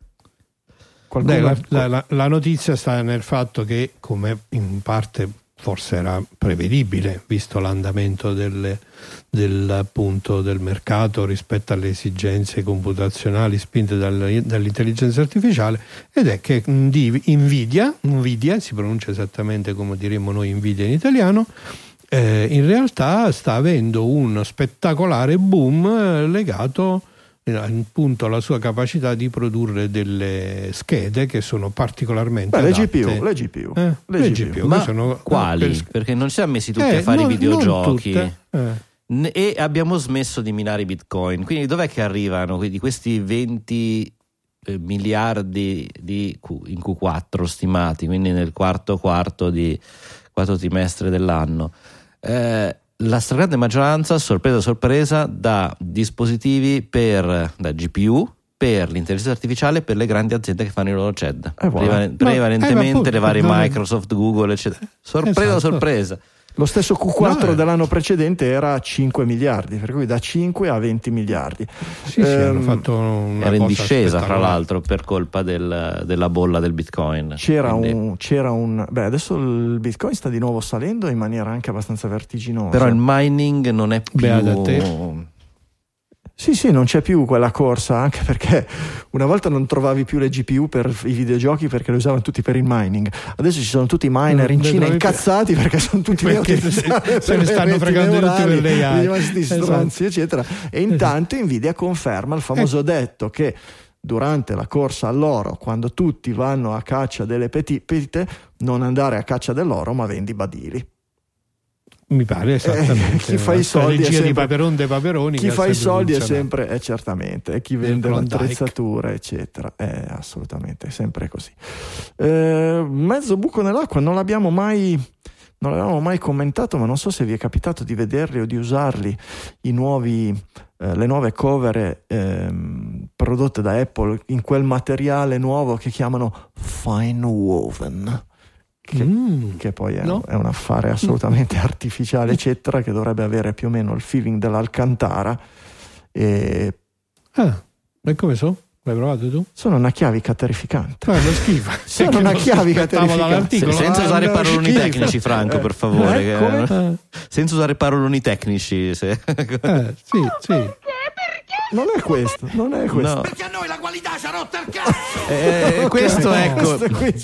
La notizia sta nel fatto che, come in parte forse era prevedibile visto l'andamento del mercato rispetto alle esigenze computazionali spinte dall'intelligenza artificiale, ed è che Nvidia si pronuncia esattamente come diremmo noi Nvidia in italiano, in realtà sta avendo uno spettacolare boom legato appunto alla sua capacità di produrre delle schede che sono partigliarmente adatte. Le GPU. Ma sono quali? Perché non ci siamo messi tutti a fare i videogiochi e abbiamo smesso di minare Bitcoin, quindi dov'è che arrivano questi 20 miliardi in Q4 stimati, quindi nel quarto trimestre dell'anno? La stragrande maggioranza, sorpresa, da dispositivi da GPU per l'intelligenza artificiale, per le grandi aziende che fanno i loro CED, prevalentemente le varie Microsoft, Google eccetera. Sorpresa. Lo stesso Q4 dell'anno precedente era 5 miliardi, per cui da 5 a 20 miliardi. Sì, hanno fatto una era in discesa, fra l'altro, per colpa della bolla del Bitcoin. Adesso il Bitcoin sta di nuovo salendo in maniera anche abbastanza vertiginosa. Però il mining non è più... Sì, non c'è più quella corsa, anche perché una volta non trovavi più le GPU per i videogiochi perché le usavano tutti per il mining. Adesso ci sono tutti i miner in Cina incazzati perché sono tutti lì a utilizzare se ne stanno fregando tutti per l'AI, questi stronzi, eccetera. E intanto Nvidia conferma il famoso detto che durante la corsa all'oro, quando tutti vanno a caccia delle pepite, non andare a caccia dell'oro ma vendi badili. Mi pare esattamente. Chi fa i soldi è sempre, di Paperon de Paperoni. Chi fa i soldi è sempre, certamente, e chi vende l'attrezzatura, eccetera. Assolutamente, è sempre così. Mezzo buco nell'acqua, non l'avevamo mai commentato, ma non so se vi è capitato di vederli o di usarli, le nuove cover prodotte da Apple in quel materiale nuovo che chiamano Fine Woven. Che poi è un affare assolutamente artificiale, eccetera, che dovrebbe avere più o meno il feeling dell'Alcantara. E come so? L'hai provato tu? Sono una chiavica terrificante. Lo schifo. Sono una chiavica terrificante. Senza usare paroloni tecnici, Franco, per favore. Senza usare paroloni tecnici. Sì. Non è questo. No. Perché a noi la qualità ci ha rotto il cazzo. Questo ecco.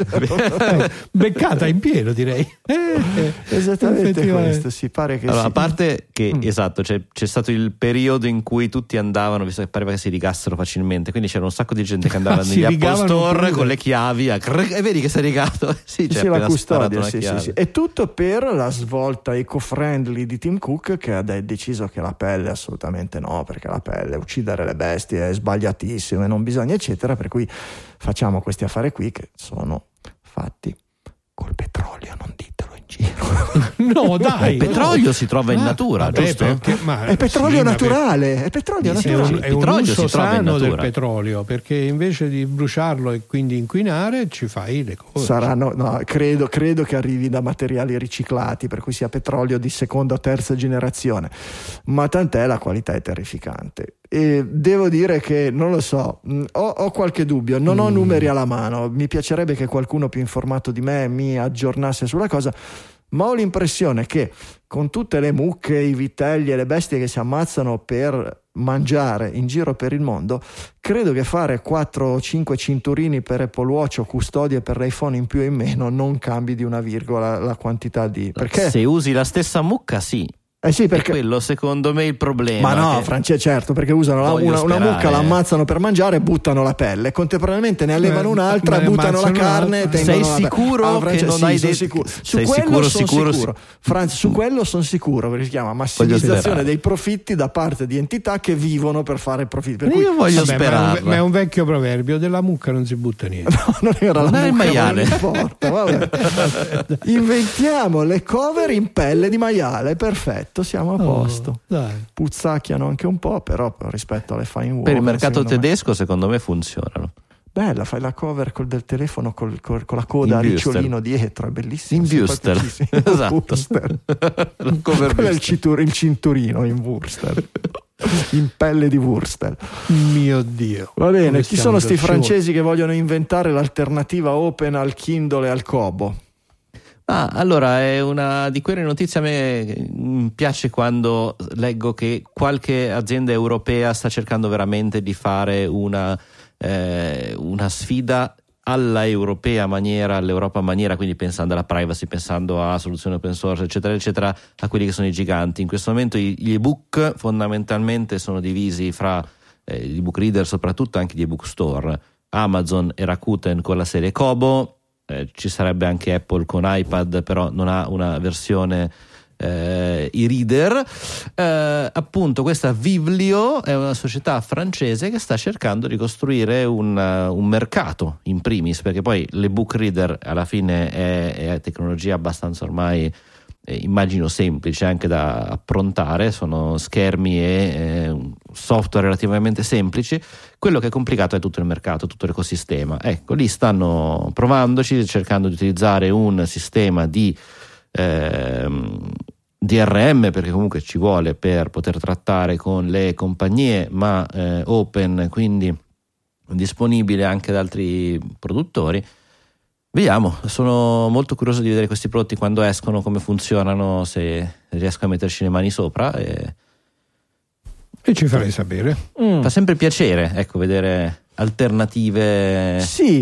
Beccata in pieno, direi. Esattamente questo. Si pare che allora, a parte che esatto, c'è stato il periodo in cui tutti andavano, visto che pareva che si rigassero facilmente, quindi c'era un sacco di gente che andava negli Apple Store con le chiavi e vedi che si è rigato. La custodia. Sì. È tutto per la svolta eco-friendly di Tim Cook, che ha deciso che la pelle assolutamente no, perché la pelle uccidere le bestie è sbagliatissimo e non bisogna, eccetera, per cui facciamo questi affari qui che sono fatti col petrolio, non ditelo in giro. No, dai. Il petrolio si trova in natura, giusto? È petrolio naturale. È petrolio naturale. È un uso sano del petrolio, perché invece di bruciarlo e quindi inquinare ci fai le cose. Credo che arrivi da materiali riciclati, per cui sia petrolio di seconda o terza generazione, ma tant'è, la qualità è terrificante. E devo dire che non lo so, ho qualche dubbio, non ho numeri alla mano, mi piacerebbe che qualcuno più informato di me mi aggiornasse sulla cosa, ma ho l'impressione che con tutte le mucche, i vitelli e le bestie che si ammazzano per mangiare in giro per il mondo, credo che fare 4 o 5 cinturini per Apple Watch o custodie per l'iPhone in più o in meno non cambi di una virgola la quantità di... Perché se usi la stessa mucca, sì. Sì, perché... È quello secondo me il problema. Ma no, certo, perché usano una mucca, la ammazzano per mangiare e buttano la pelle, contemporaneamente ne allevano un'altra, buttano la carne. Sei sicuro che non hai detto? Su quello sono sicuro. Franz, su quello sono sicuro, perché si chiama massimizzazione dei profitti da parte di entità che vivono per fare profitti. Per cui, io voglio sperare. Ma è un vecchio proverbio, della mucca non si butta niente. No, non era la mucca, il maiale. Non importa, vabbè. Inventiamo le cover in pelle di maiale, perfetto. Siamo a posto. Dai. Puzzacchiano anche un po', però rispetto alle fine woven, per il mercato tedesco secondo me funzionano. Bella, fai la cover del telefono con la coda a ricciolino dietro, è bellissimo. In Wurster. Esatto. Quello è il cinturino in Wurster. In pelle di Wurster. Mio Dio. Va bene, chi sono sti francesi che vogliono inventare l'alternativa open al Kindle e al Kobo? Allora, è una di quelle notizie, a me piace quando leggo che qualche azienda europea sta cercando veramente di fare una sfida alla europea maniera, all'Europa maniera, quindi pensando alla privacy, pensando a soluzioni open source, eccetera, eccetera, a quelli che sono i giganti. In questo momento gli ebook fondamentalmente sono divisi fra gli ebook reader, soprattutto anche gli ebook store, Amazon e Rakuten con la serie Kobo. Ci sarebbe anche Apple con iPad, però non ha una versione e-reader. Appunto, questa Vivlio è una società francese che sta cercando di costruire un mercato in primis, perché poi l'ebook reader alla fine è tecnologia abbastanza ormai immagino semplice anche da approntare, sono schermi e software relativamente semplici. Quello che è complicato è tutto il mercato, tutto l'ecosistema. Ecco, lì stanno provandoci, cercando di utilizzare un sistema di DRM, perché comunque ci vuole per poter trattare con le compagnie, ma open, quindi disponibile anche da altri produttori. Vediamo, sono molto curioso di vedere questi prodotti quando escono, come funzionano, se riesco a metterci le mani sopra e ci farei sapere. Fa sempre piacere, ecco, vedere alternative. Sì,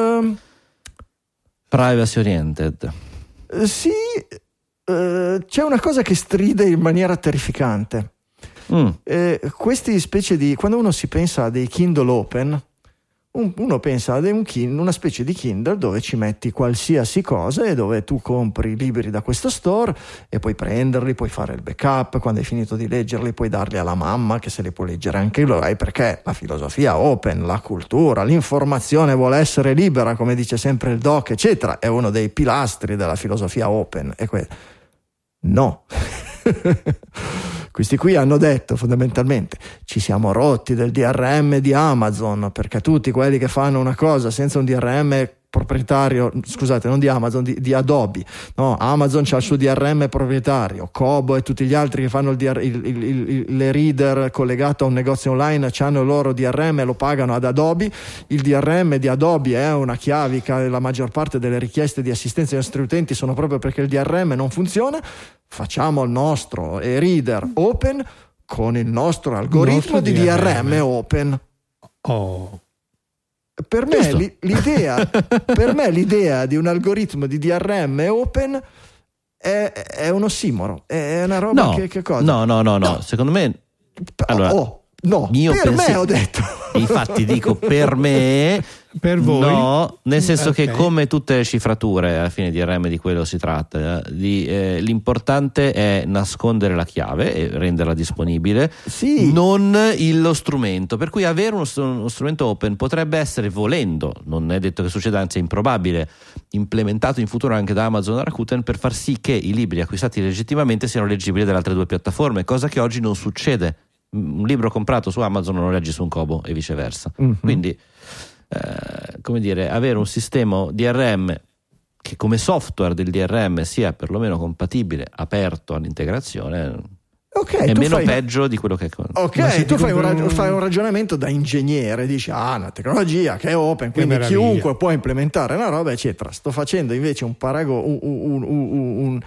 privacy oriented. Sì, c'è una cosa che stride in maniera terrificante. Questi specie di, quando uno si pensa a dei Kindle open, Uno pensa ad una specie di Kindle dove ci metti qualsiasi cosa e dove tu compri libri da questo store e puoi prenderli, puoi fare il backup, quando hai finito di leggerli puoi darli alla mamma che se li può leggere anche lei, perché la filosofia open, la cultura, l'informazione vuole essere libera, come dice sempre il doc, eccetera, è uno dei pilastri della filosofia open. No. Questi qui hanno detto fondamentalmente ci siamo rotti del DRM di Amazon, perché tutti quelli che fanno una cosa senza un DRM proprietario, scusate, non di Amazon, di Adobe, no, Amazon c'ha il suo DRM proprietario, Kobo e tutti gli altri che fanno le reader collegato a un negozio online hanno il loro DRM e lo pagano ad Adobe. Il DRM di Adobe è una chiavica, la maggior parte delle richieste di assistenza ai nostri utenti sono proprio perché il DRM non funziona. Facciamo il nostro e-reader open con il nostro algoritmo di DRM open. Per me l'idea di un algoritmo di DRM open è un ossimoro, è una roba che cosa? No, secondo me allora, me ho detto. Infatti dico per me, per voi no, nel senso che come tutte le cifrature alla fine di DRM di quello si tratta, l'importante è nascondere la chiave e renderla disponibile, non lo strumento, per cui avere uno strumento open potrebbe essere, volendo, non è detto che succeda, anzi è improbabile, implementato in futuro anche da Amazon o Rakuten per far sì che i libri acquistati legittimamente siano leggibili dalle altre due piattaforme, cosa che oggi non succede. Un libro comprato su Amazon non lo leggi su un Kobo e viceversa. Quindi come dire, avere un sistema DRM che come software del DRM sia perlomeno compatibile, aperto all'integrazione, è meno peggio di quello che è. Tu fai un ragionamento da ingegnere, dici una tecnologia che è open, quindi chiunque può implementare una roba eccetera. Sto facendo invece un paragone,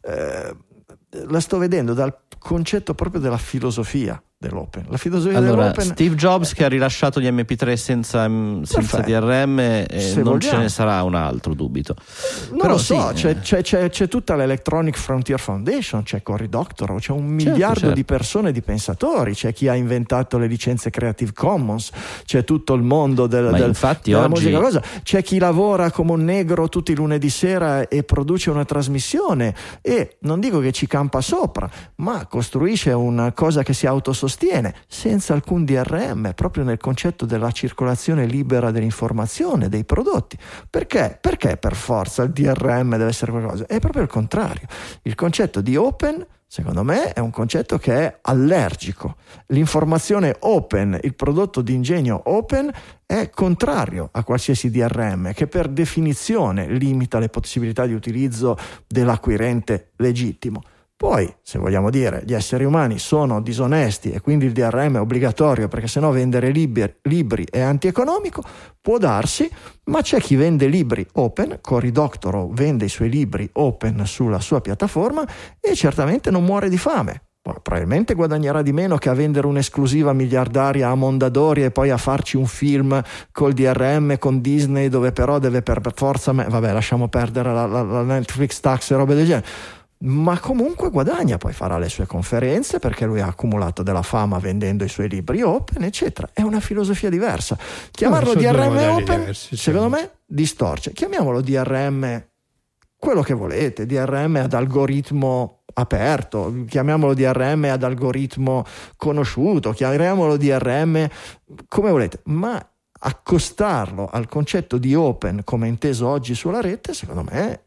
la sto vedendo dal concetto proprio della filosofia dell'open. La filosofia dell'open. Steve Jobs che ha rilasciato gli MP3 senza DRM, non ce ne sarà un altro, dubito. Non lo so, c'è tutta l'Electronic Frontier Foundation, c'è Cory Doctorow, c'è un miliardo di persone, di pensatori, c'è chi ha inventato le licenze Creative Commons, c'è tutto il mondo della oggi... musica cosa. C'è chi lavora come un negro tutti i lunedì sera e produce una trasmissione e non dico che ci campa sopra, ma costruisce una cosa che si autosostiene senza alcun DRM, proprio nel concetto della circolazione libera dell'informazione, dei prodotti. Perché per forza il DRM deve essere qualcosa? È proprio il contrario. Il concetto di open, secondo me, è un concetto che è allergico. L'informazione open, il prodotto di ingegno open, è contrario a qualsiasi DRM, che per definizione limita le possibilità di utilizzo dell'acquirente legittimo. Poi, se vogliamo dire, gli esseri umani sono disonesti e quindi il DRM è obbligatorio perché sennò vendere libri è antieconomico, può darsi, ma c'è chi vende libri open. Cory Doctorow vende i suoi libri open sulla sua piattaforma e certamente non muore di fame. Probabilmente guadagnerà di meno che a vendere un'esclusiva miliardaria a Mondadori e poi a farci un film col DRM con Disney dove però deve per forza lasciamo perdere la Netflix tax e robe del genere. Ma comunque guadagna, poi farà le sue conferenze perché lui ha accumulato della fama vendendo i suoi libri open eccetera. È una filosofia diversa. Chiamarlo DRM open secondo me distorce. Chiamiamolo DRM quello che volete, DRM ad algoritmo aperto, chiamiamolo DRM ad algoritmo conosciuto, chiamiamolo DRM come volete, ma accostarlo al concetto di open come inteso oggi sulla rete secondo me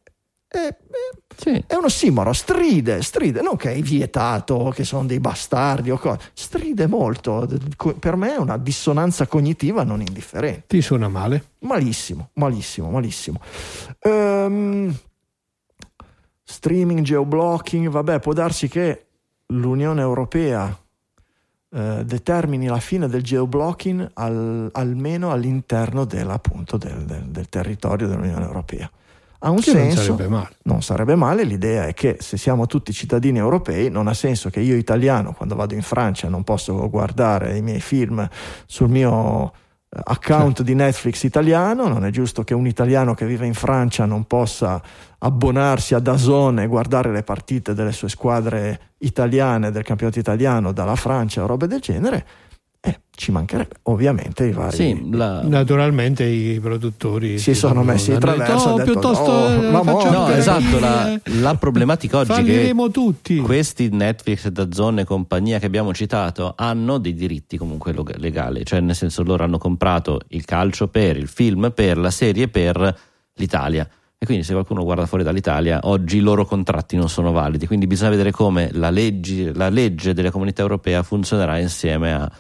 è un ossimoro, stride, non che è vietato, che sono dei bastardi o cose, stride molto, per me è una dissonanza cognitiva non indifferente. Ti suona male? Malissimo. Streaming, geoblocking, può darsi che l'Unione Europea determini la fine del geoblocking almeno all'interno del territorio dell'Unione Europea. Ha un senso, non sarebbe male. L'idea è che se siamo tutti cittadini europei non ha senso che io italiano quando vado in Francia non posso guardare i miei film sul mio account di Netflix italiano, non è giusto che un italiano che vive in Francia non possa abbonarsi a DAZN e guardare le partite delle sue squadre italiane del campionato italiano dalla Francia o robe del genere. ci mancherebbe, ovviamente i vari naturalmente i produttori si sono messi in traverso, esatto, la problematica oggi che tutti. Questi Netflix, DAZN e compagnia che abbiamo citato hanno dei diritti comunque legali, cioè nel senso loro hanno comprato il calcio per il film, per la serie, per l'Italia, e quindi se qualcuno guarda fuori dall'Italia oggi i loro contratti non sono validi, quindi bisogna vedere come la legge della Comunità Europea funzionerà insieme a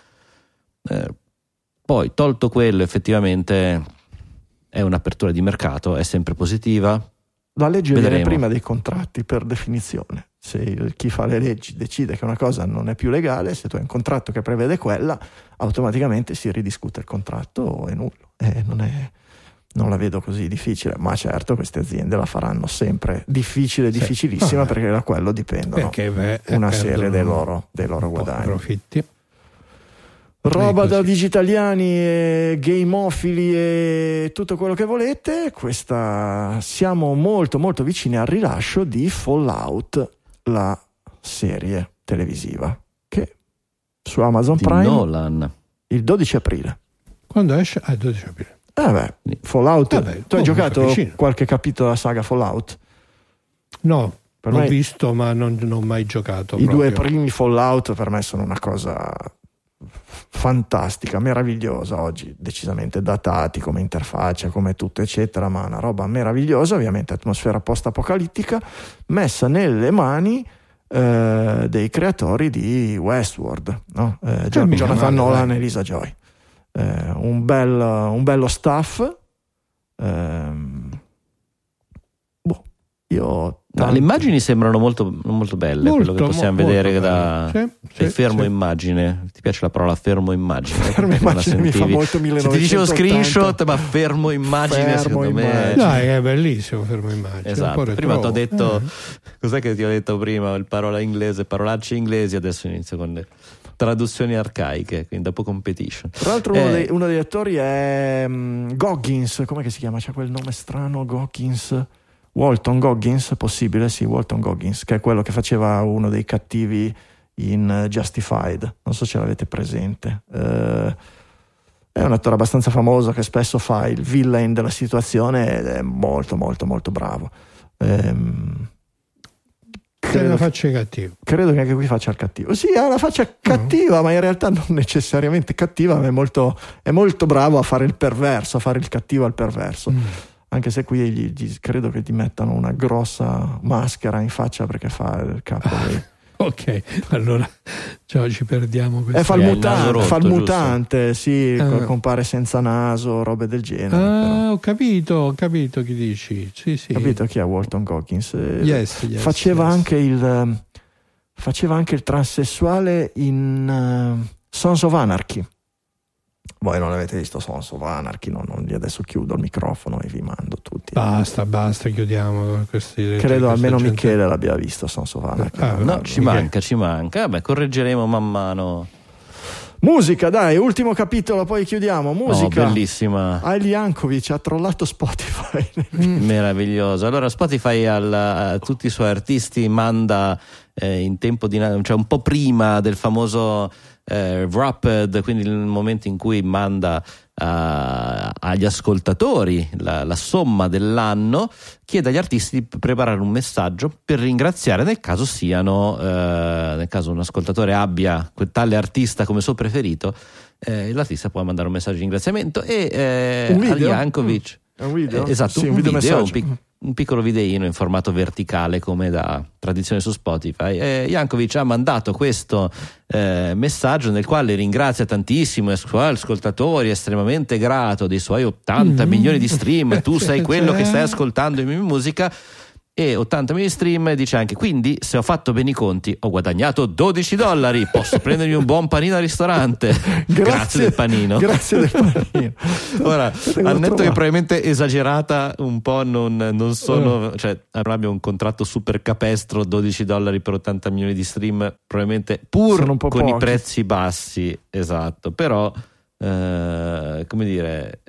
poi, tolto quello, effettivamente è un'apertura di mercato, è sempre positiva. La legge viene prima dei contratti per definizione. Se chi fa le leggi decide che una cosa non è più legale, se tu hai un contratto che prevede quella, automaticamente si ridiscute il contratto, è nullo. Non la vedo così difficile, ma certo queste aziende la faranno sempre difficilissima, perché da quello dipendono una serie dei loro guadagni. Profitti. Roba da digitaliani e gameofili e tutto quello che volete. Siamo molto molto vicini al rilascio di Fallout, la serie televisiva che su Amazon Prime Nolan. Il 12 aprile. Quando esce? Il 12 aprile. Fallout. Tu hai giocato qualche capitolo della saga Fallout? No, l'ho visto, ma non ho mai giocato. I due primi Fallout per me sono una cosa fantastica, meravigliosa, oggi decisamente datati come interfaccia, come tutto eccetera, ma una roba meravigliosa, ovviamente atmosfera post-apocalittica messa nelle mani dei creatori di Westworld, no? Jonathan Nolan e Lisa Joy, un bello staff. Le immagini sembrano molto belle, quello che possiamo vedere da fermo immagine. Ti piace la parola fermo immagine? Fermo immagine mi fa molto 1980. Ti dicevo screenshot, ma fermo immagine secondo me dai, è bellissimo fermo immagine. Esatto. Prima ti ho detto cos'è che ti ho detto prima, il parola inglese, parolacce inglesi, adesso inizio con le traduzioni arcaiche, quindi dopo competition. Tra l'altro uno degli attori è Goggins, com'è che si chiama? C'è quel nome strano, Goggins, Walton Goggins, possibile, sì, Walton Goggins, che è quello che faceva uno dei cattivi in Justified, non so se l'avete presente. È un attore abbastanza famoso che spesso fa il villain della situazione ed è molto molto molto bravo. Credo faccia cattivo. Credo che anche qui faccia il cattivo. Sì, ha una faccia cattiva, ma in realtà non necessariamente cattiva, ma è molto bravo a fare il perverso, a fare il cattivo al perverso. Anche se qui credo che ti mettano una grossa maschera in faccia perché fa il capo. Ok, allora ci perdiamo. Fa il mutante, sì, compare senza naso, robe del genere. Ho capito chi dici. Sì. Capito chi è Walton Goggins? Yes, faceva anche il transessuale in Sons of Anarchy. Voi non avete visto Sons of Anarchy, adesso chiudo il microfono e vi mando tutti. Basta, chiudiamo credo almeno Michele l'abbia visto Sons of Anarchy. No, ci manca. Vabbè, correggeremo man mano. Musica, dai, ultimo capitolo, poi chiudiamo. Musica. Bellissima. Hayley Yankovic ha trollato Spotify. Meraviglioso. Allora Spotify a tutti i suoi artisti manda in tempo cioè un po' prima del famoso Wrapped, quindi il momento in cui manda agli ascoltatori la somma dell'anno, chiede agli artisti di preparare un messaggio per ringraziare nel caso un ascoltatore abbia quel tale artista come suo preferito, l'artista può mandare un messaggio di ringraziamento e un video? Yankovic un video? Esatto, sì, un video un piccolo videino in formato verticale come da tradizione su Spotify. Yankovic ha mandato questo messaggio nel quale ringrazia tantissimo i suoi ascoltatori, estremamente grato dei suoi 80 milioni di stream, tu sei quello che stai ascoltando la mia musica, e 80 milioni di stream. Dice anche: quindi se ho fatto bene i conti ho guadagnato $12, posso prendermi un buon panino al ristorante. Grazie del panino. Grazie del panino. Ora, al netto che probabilmente esagerata un po', non sono, cioè non abbia un contratto super capestro, $12 per 80 milioni di stream, probabilmente pur con pochi. I prezzi bassi, esatto, però come dire,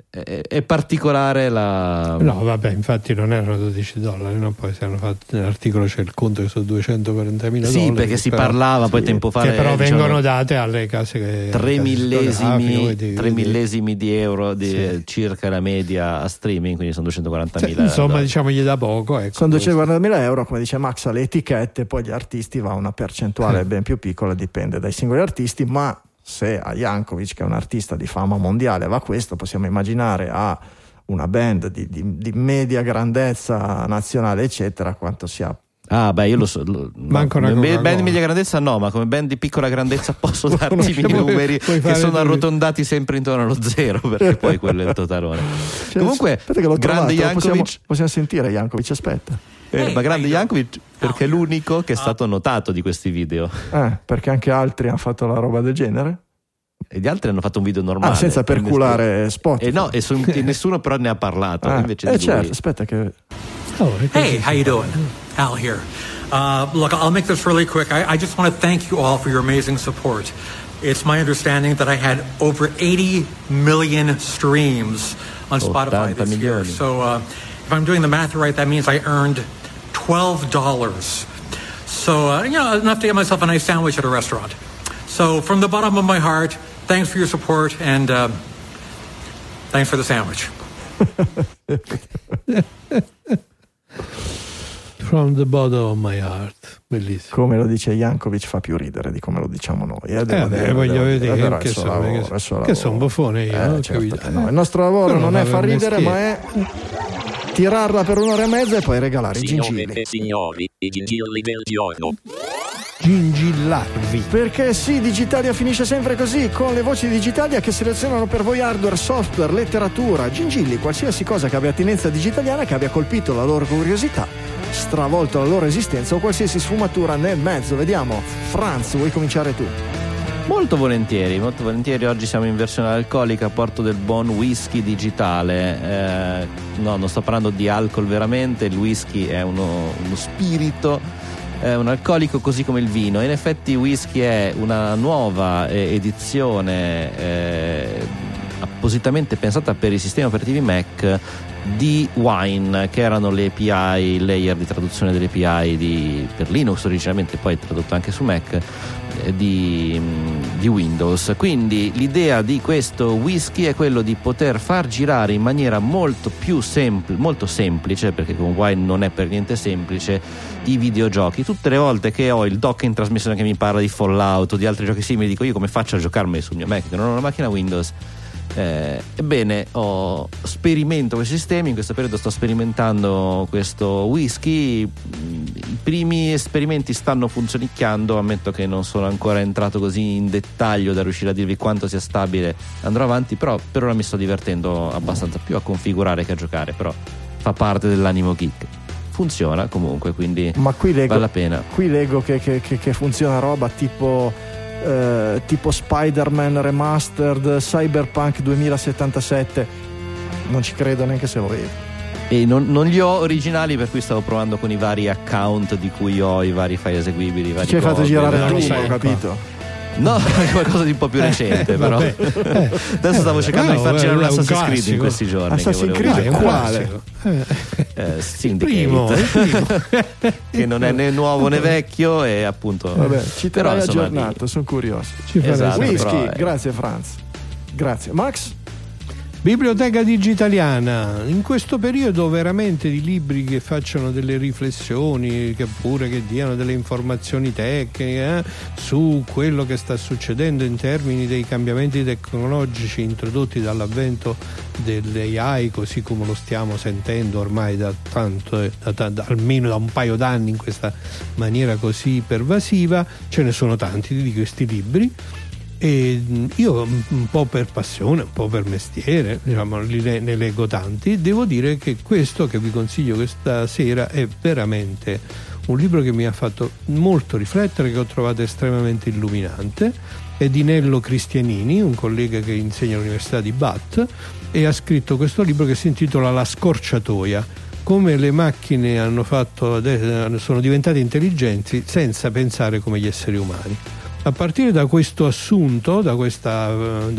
è particolare la... No, vabbè, infatti non erano $12, no? Poi si hanno fatto nell'articolo, c'è il conto che sono $240.000. Sì, perché si parlava poi tempo fa, che però vengono date alle case che 3 millesimi di euro circa la media a streaming, quindi sono 240.000. Insomma, diciamogli da poco, ecco. Sono 240.000 euro, come dice Max, alle etichette, poi gli artisti va una percentuale ben più piccola, dipende dai singoli artisti, ma se a Jankovic, che è un artista di fama mondiale, va questo, possiamo immaginare a una band di media grandezza nazionale eccetera quanto sia. Io lo so, band di media grandezza no, ma come band di piccola grandezza posso darti i numeri che sono arrotondati sempre intorno allo zero, perché poi quello è il totalone. Comunque che l'ho grande Jankovic, possiamo sentire Jankovic, aspetta. Ma grande Jankovic perché è l'unico che è stato notato di questi video. Perché anche altri hanno fatto la roba del genere? E gli altri hanno fatto un video normale senza perculare spot. No, e nessuno però ne ha parlato invece di lui. Certo, aspetta che... Hey, how you doing? Al here. Look, I'll make this really quick. I just want to thank you all for your amazing support. It's my understanding that I had over 80 million streams on Spotify this year. So if I'm doing the math right, that means I earned $12. So, enough to get myself a nice sandwich at a restaurant. So from the bottom of my heart, thanks for your support and thanks for the sandwich. From the bottom of my heart, bellissimo. Come lo dice Jankovic fa più ridere di come lo diciamo noi. Voglio vedere che sono buffone io. Certo no. Il nostro lavoro non è far ridere, ma è tirarla per 1 ora e mezza e poi regalare i gingilli. Signori, i gingilli del giorno. Gingillarvi. Perché sì, Digitalia finisce sempre così, con le voci di Digitalia che selezionano per voi hardware, software, letteratura, gingilli, qualsiasi cosa che abbia attinenza digitaliana, che abbia colpito la loro curiosità, stravolto la loro esistenza o qualsiasi sfumatura nel mezzo. Vediamo, Franz, vuoi cominciare tu? Molto volentieri. Oggi siamo in versione alcolica, porto del buon whisky digitale. No, non sto parlando di alcol veramente, il whisky è uno spirito, è un alcolico così come il vino. In effetti whisky è una nuova edizione appositamente pensata per i sistemi operativi Mac di Wine, che erano le API, il layer di traduzione delle API per Linux originalmente, poi tradotto anche su Mac, di Windows. Quindi l'idea di questo whisky è quello di poter far girare in maniera molto semplice, perché con Wine non è per niente semplice, i videogiochi. Tutte le volte che ho il dock in trasmissione che mi parla di Fallout o di altri giochi simili, dico io come faccio a giocarmi sul mio Mac, che non ho una macchina Windows. Ebbene, sperimento questi sistemi. In questo periodo sto sperimentando questo whisky. I primi esperimenti stanno funzionicchiando. Ammetto che non sono ancora entrato così in dettaglio da riuscire a dirvi quanto sia stabile. Andrò avanti, però per ora mi sto divertendo abbastanza, più a configurare che a giocare, però fa parte dell'animo geek. Funziona comunque, quindi vale la pena. Qui leggo che funziona roba tipo Spider-Man Remastered, Cyberpunk 2077. Non ci credo neanche se lo vedo. E non li ho originali, per cui stavo provando con i vari account di cui ho i vari file eseguibili. Ci hai fatto girare tu, ho capito. No, è qualcosa di un po' più recente, però. Adesso stavo cercando di far girare un Assassin's Creed in questi giorni. Assassin's Creed è quale? Syndicate, che non è né nuovo né vecchio, e appunto. Vabbè, ci terrai aggiornato, sono curioso. Esatto, whisky, grazie Franz. Grazie. Max? Biblioteca digitaliana. In questo periodo veramente di libri che facciano delle riflessioni, che diano delle informazioni tecniche su quello che sta succedendo in termini dei cambiamenti tecnologici introdotti dall'avvento dell'AI, così come lo stiamo sentendo ormai da almeno da un paio d'anni in questa maniera così pervasiva. Ce ne sono tanti di questi libri. E io un po' per passione, un po' per mestiere, ne leggo tanti. Devo dire che questo che vi consiglio questa sera è veramente un libro che mi ha fatto molto riflettere, che ho trovato estremamente illuminante. È di Nello Cristianini, un collega che insegna all'Università di Bath, e ha scritto questo libro che si intitola La scorciatoia: come le macchine sono diventate intelligenti senza pensare come gli esseri umani. a partire da questo assunto, da questa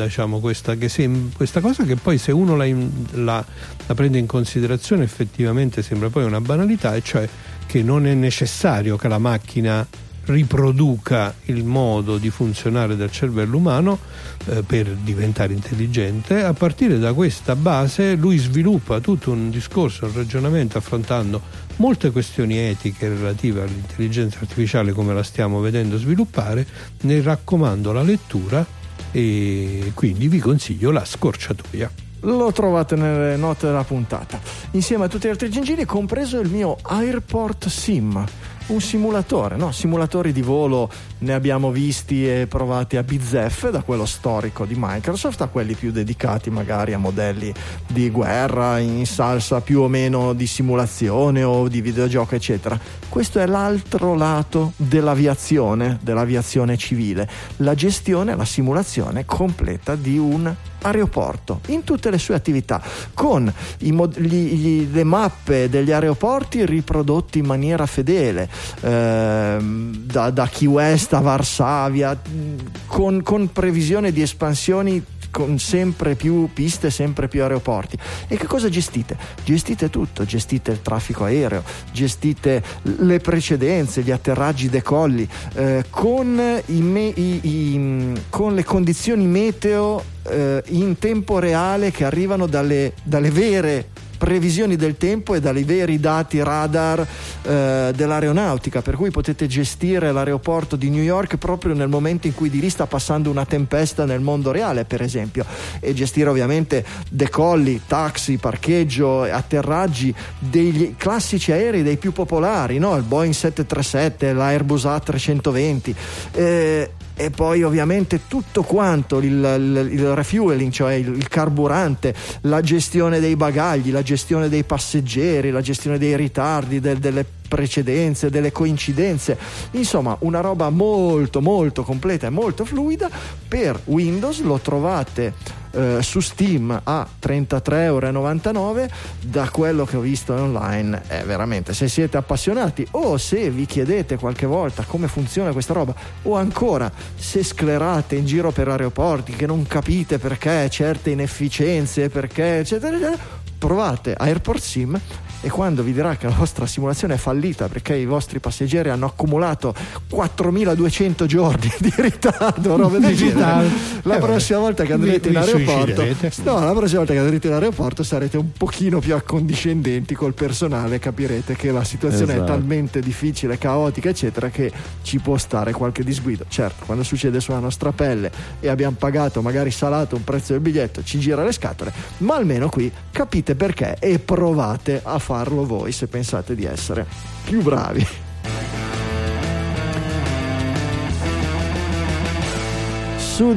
cosa che poi, se uno la prende in considerazione, effettivamente sembra poi una banalità, e cioè che non è necessario che la macchina riproduca il modo di funzionare del cervello umano per diventare intelligente. A partire da questa base lui sviluppa tutto un discorso, un ragionamento, affrontando molte questioni etiche relative all'intelligenza artificiale come la stiamo vedendo sviluppare. Ne raccomando la lettura e quindi vi consiglio La Scorciatoia. Lo trovate nelle note della puntata, insieme a tutti gli altri gingilli, compreso il mio Airport Sim, un simulatore, no? Simulatori di volo ne abbiamo visti e provati a bizzeffe, da quello storico di Microsoft a quelli più dedicati magari a modelli di guerra in salsa più o meno di simulazione o di videogioco eccetera. Questo è l'altro lato dell'aviazione civile, la gestione, la simulazione completa di un aeroporto in tutte le sue attività, con le mappe degli aeroporti riprodotti in maniera fedele, da Key West a Varsavia, con previsione di espansioni, con sempre più piste, sempre più aeroporti. E che cosa gestite? Gestite tutto, gestite il traffico aereo, gestite le precedenze, gli atterraggi, i decolli, con le condizioni meteo in tempo reale che arrivano dalle vere previsioni del tempo e dai veri dati radar dell'aeronautica, per cui potete gestire l'aeroporto di New York proprio nel momento in cui di lì sta passando una tempesta nel mondo reale, per esempio, e gestire ovviamente decolli, taxi, parcheggio, atterraggi degli classici aerei, dei più popolari, no? Il Boeing 737, l'Airbus A320, e poi ovviamente tutto quanto il refueling, cioè il carburante, la gestione dei bagagli, la gestione dei passeggeri, la gestione dei ritardi, delle precedenze, delle coincidenze, insomma una roba molto molto completa e molto fluida. Per Windows lo trovate su Steam a €33,99. Da quello che ho visto online è veramente, se siete appassionati o se vi chiedete qualche volta come funziona questa roba, o ancora se sclerate in giro per aeroporti che non capite perché certe inefficienze, perché eccetera eccetera, provate Airport Sim, e quando vi dirà che la vostra simulazione è fallita perché i vostri passeggeri hanno accumulato 4.200 giorni di ritardo, robe del genere, la prossima volta che andrete in aeroporto sarete un pochino più accondiscendenti col personale, capirete che la situazione è talmente difficile, caotica eccetera, che ci può stare qualche disguido. Certo, quando succede sulla nostra pelle e abbiamo pagato, magari salato un prezzo del biglietto, ci gira le scatole, ma almeno qui capite perché e provate a farlo voi se pensate di essere più bravi. Su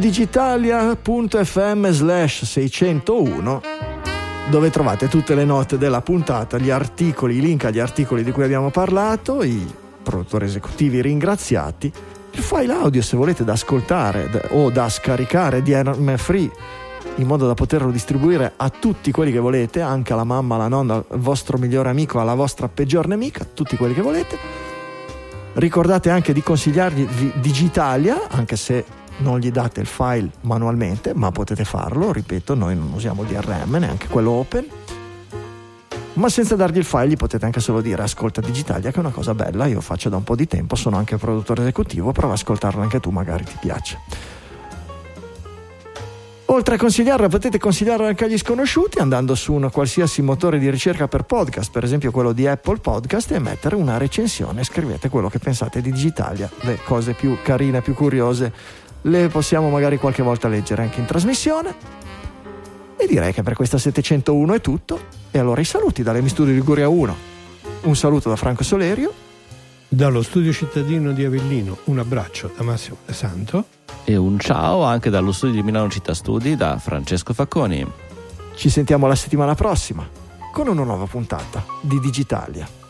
digitalia.fm/601, dove trovate tutte le note della puntata, gli articoli, i link agli articoli di cui abbiamo parlato, i produttori esecutivi ringraziati, il file audio se volete da ascoltare o da scaricare DRM free, in modo da poterlo distribuire a tutti quelli che volete, anche alla mamma, alla nonna, al vostro migliore amico, alla vostra peggior nemica, tutti quelli che volete. Ricordate anche di consigliargli Digitalia, anche se non gli date il file manualmente, ma potete farlo, ripeto, noi non usiamo il DRM, neanche quello open, ma senza dargli il file gli potete anche solo dire: ascolta Digitalia, che è una cosa bella, io faccio da un po' di tempo, sono anche produttore esecutivo, prova ad ascoltarlo anche tu, magari ti piace. Oltre a consigliarla, potete consigliarla anche agli sconosciuti andando su un qualsiasi motore di ricerca per podcast, per esempio quello di Apple Podcast, e mettere una recensione. Scrivete quello che pensate di Digitalia, le cose più carine, più curiose le possiamo magari qualche volta leggere anche in trasmissione. E direi che per questa 701 è tutto, e allora i saluti dalle Studio Liguria 1. Un saluto da Franco Solerio. Dallo studio cittadino di Avellino un abbraccio da Massimo De Santo. E un ciao anche dallo studio di Milano Città Studi da Francesco Facconi. Ci sentiamo la settimana prossima con una nuova puntata di Digitalia.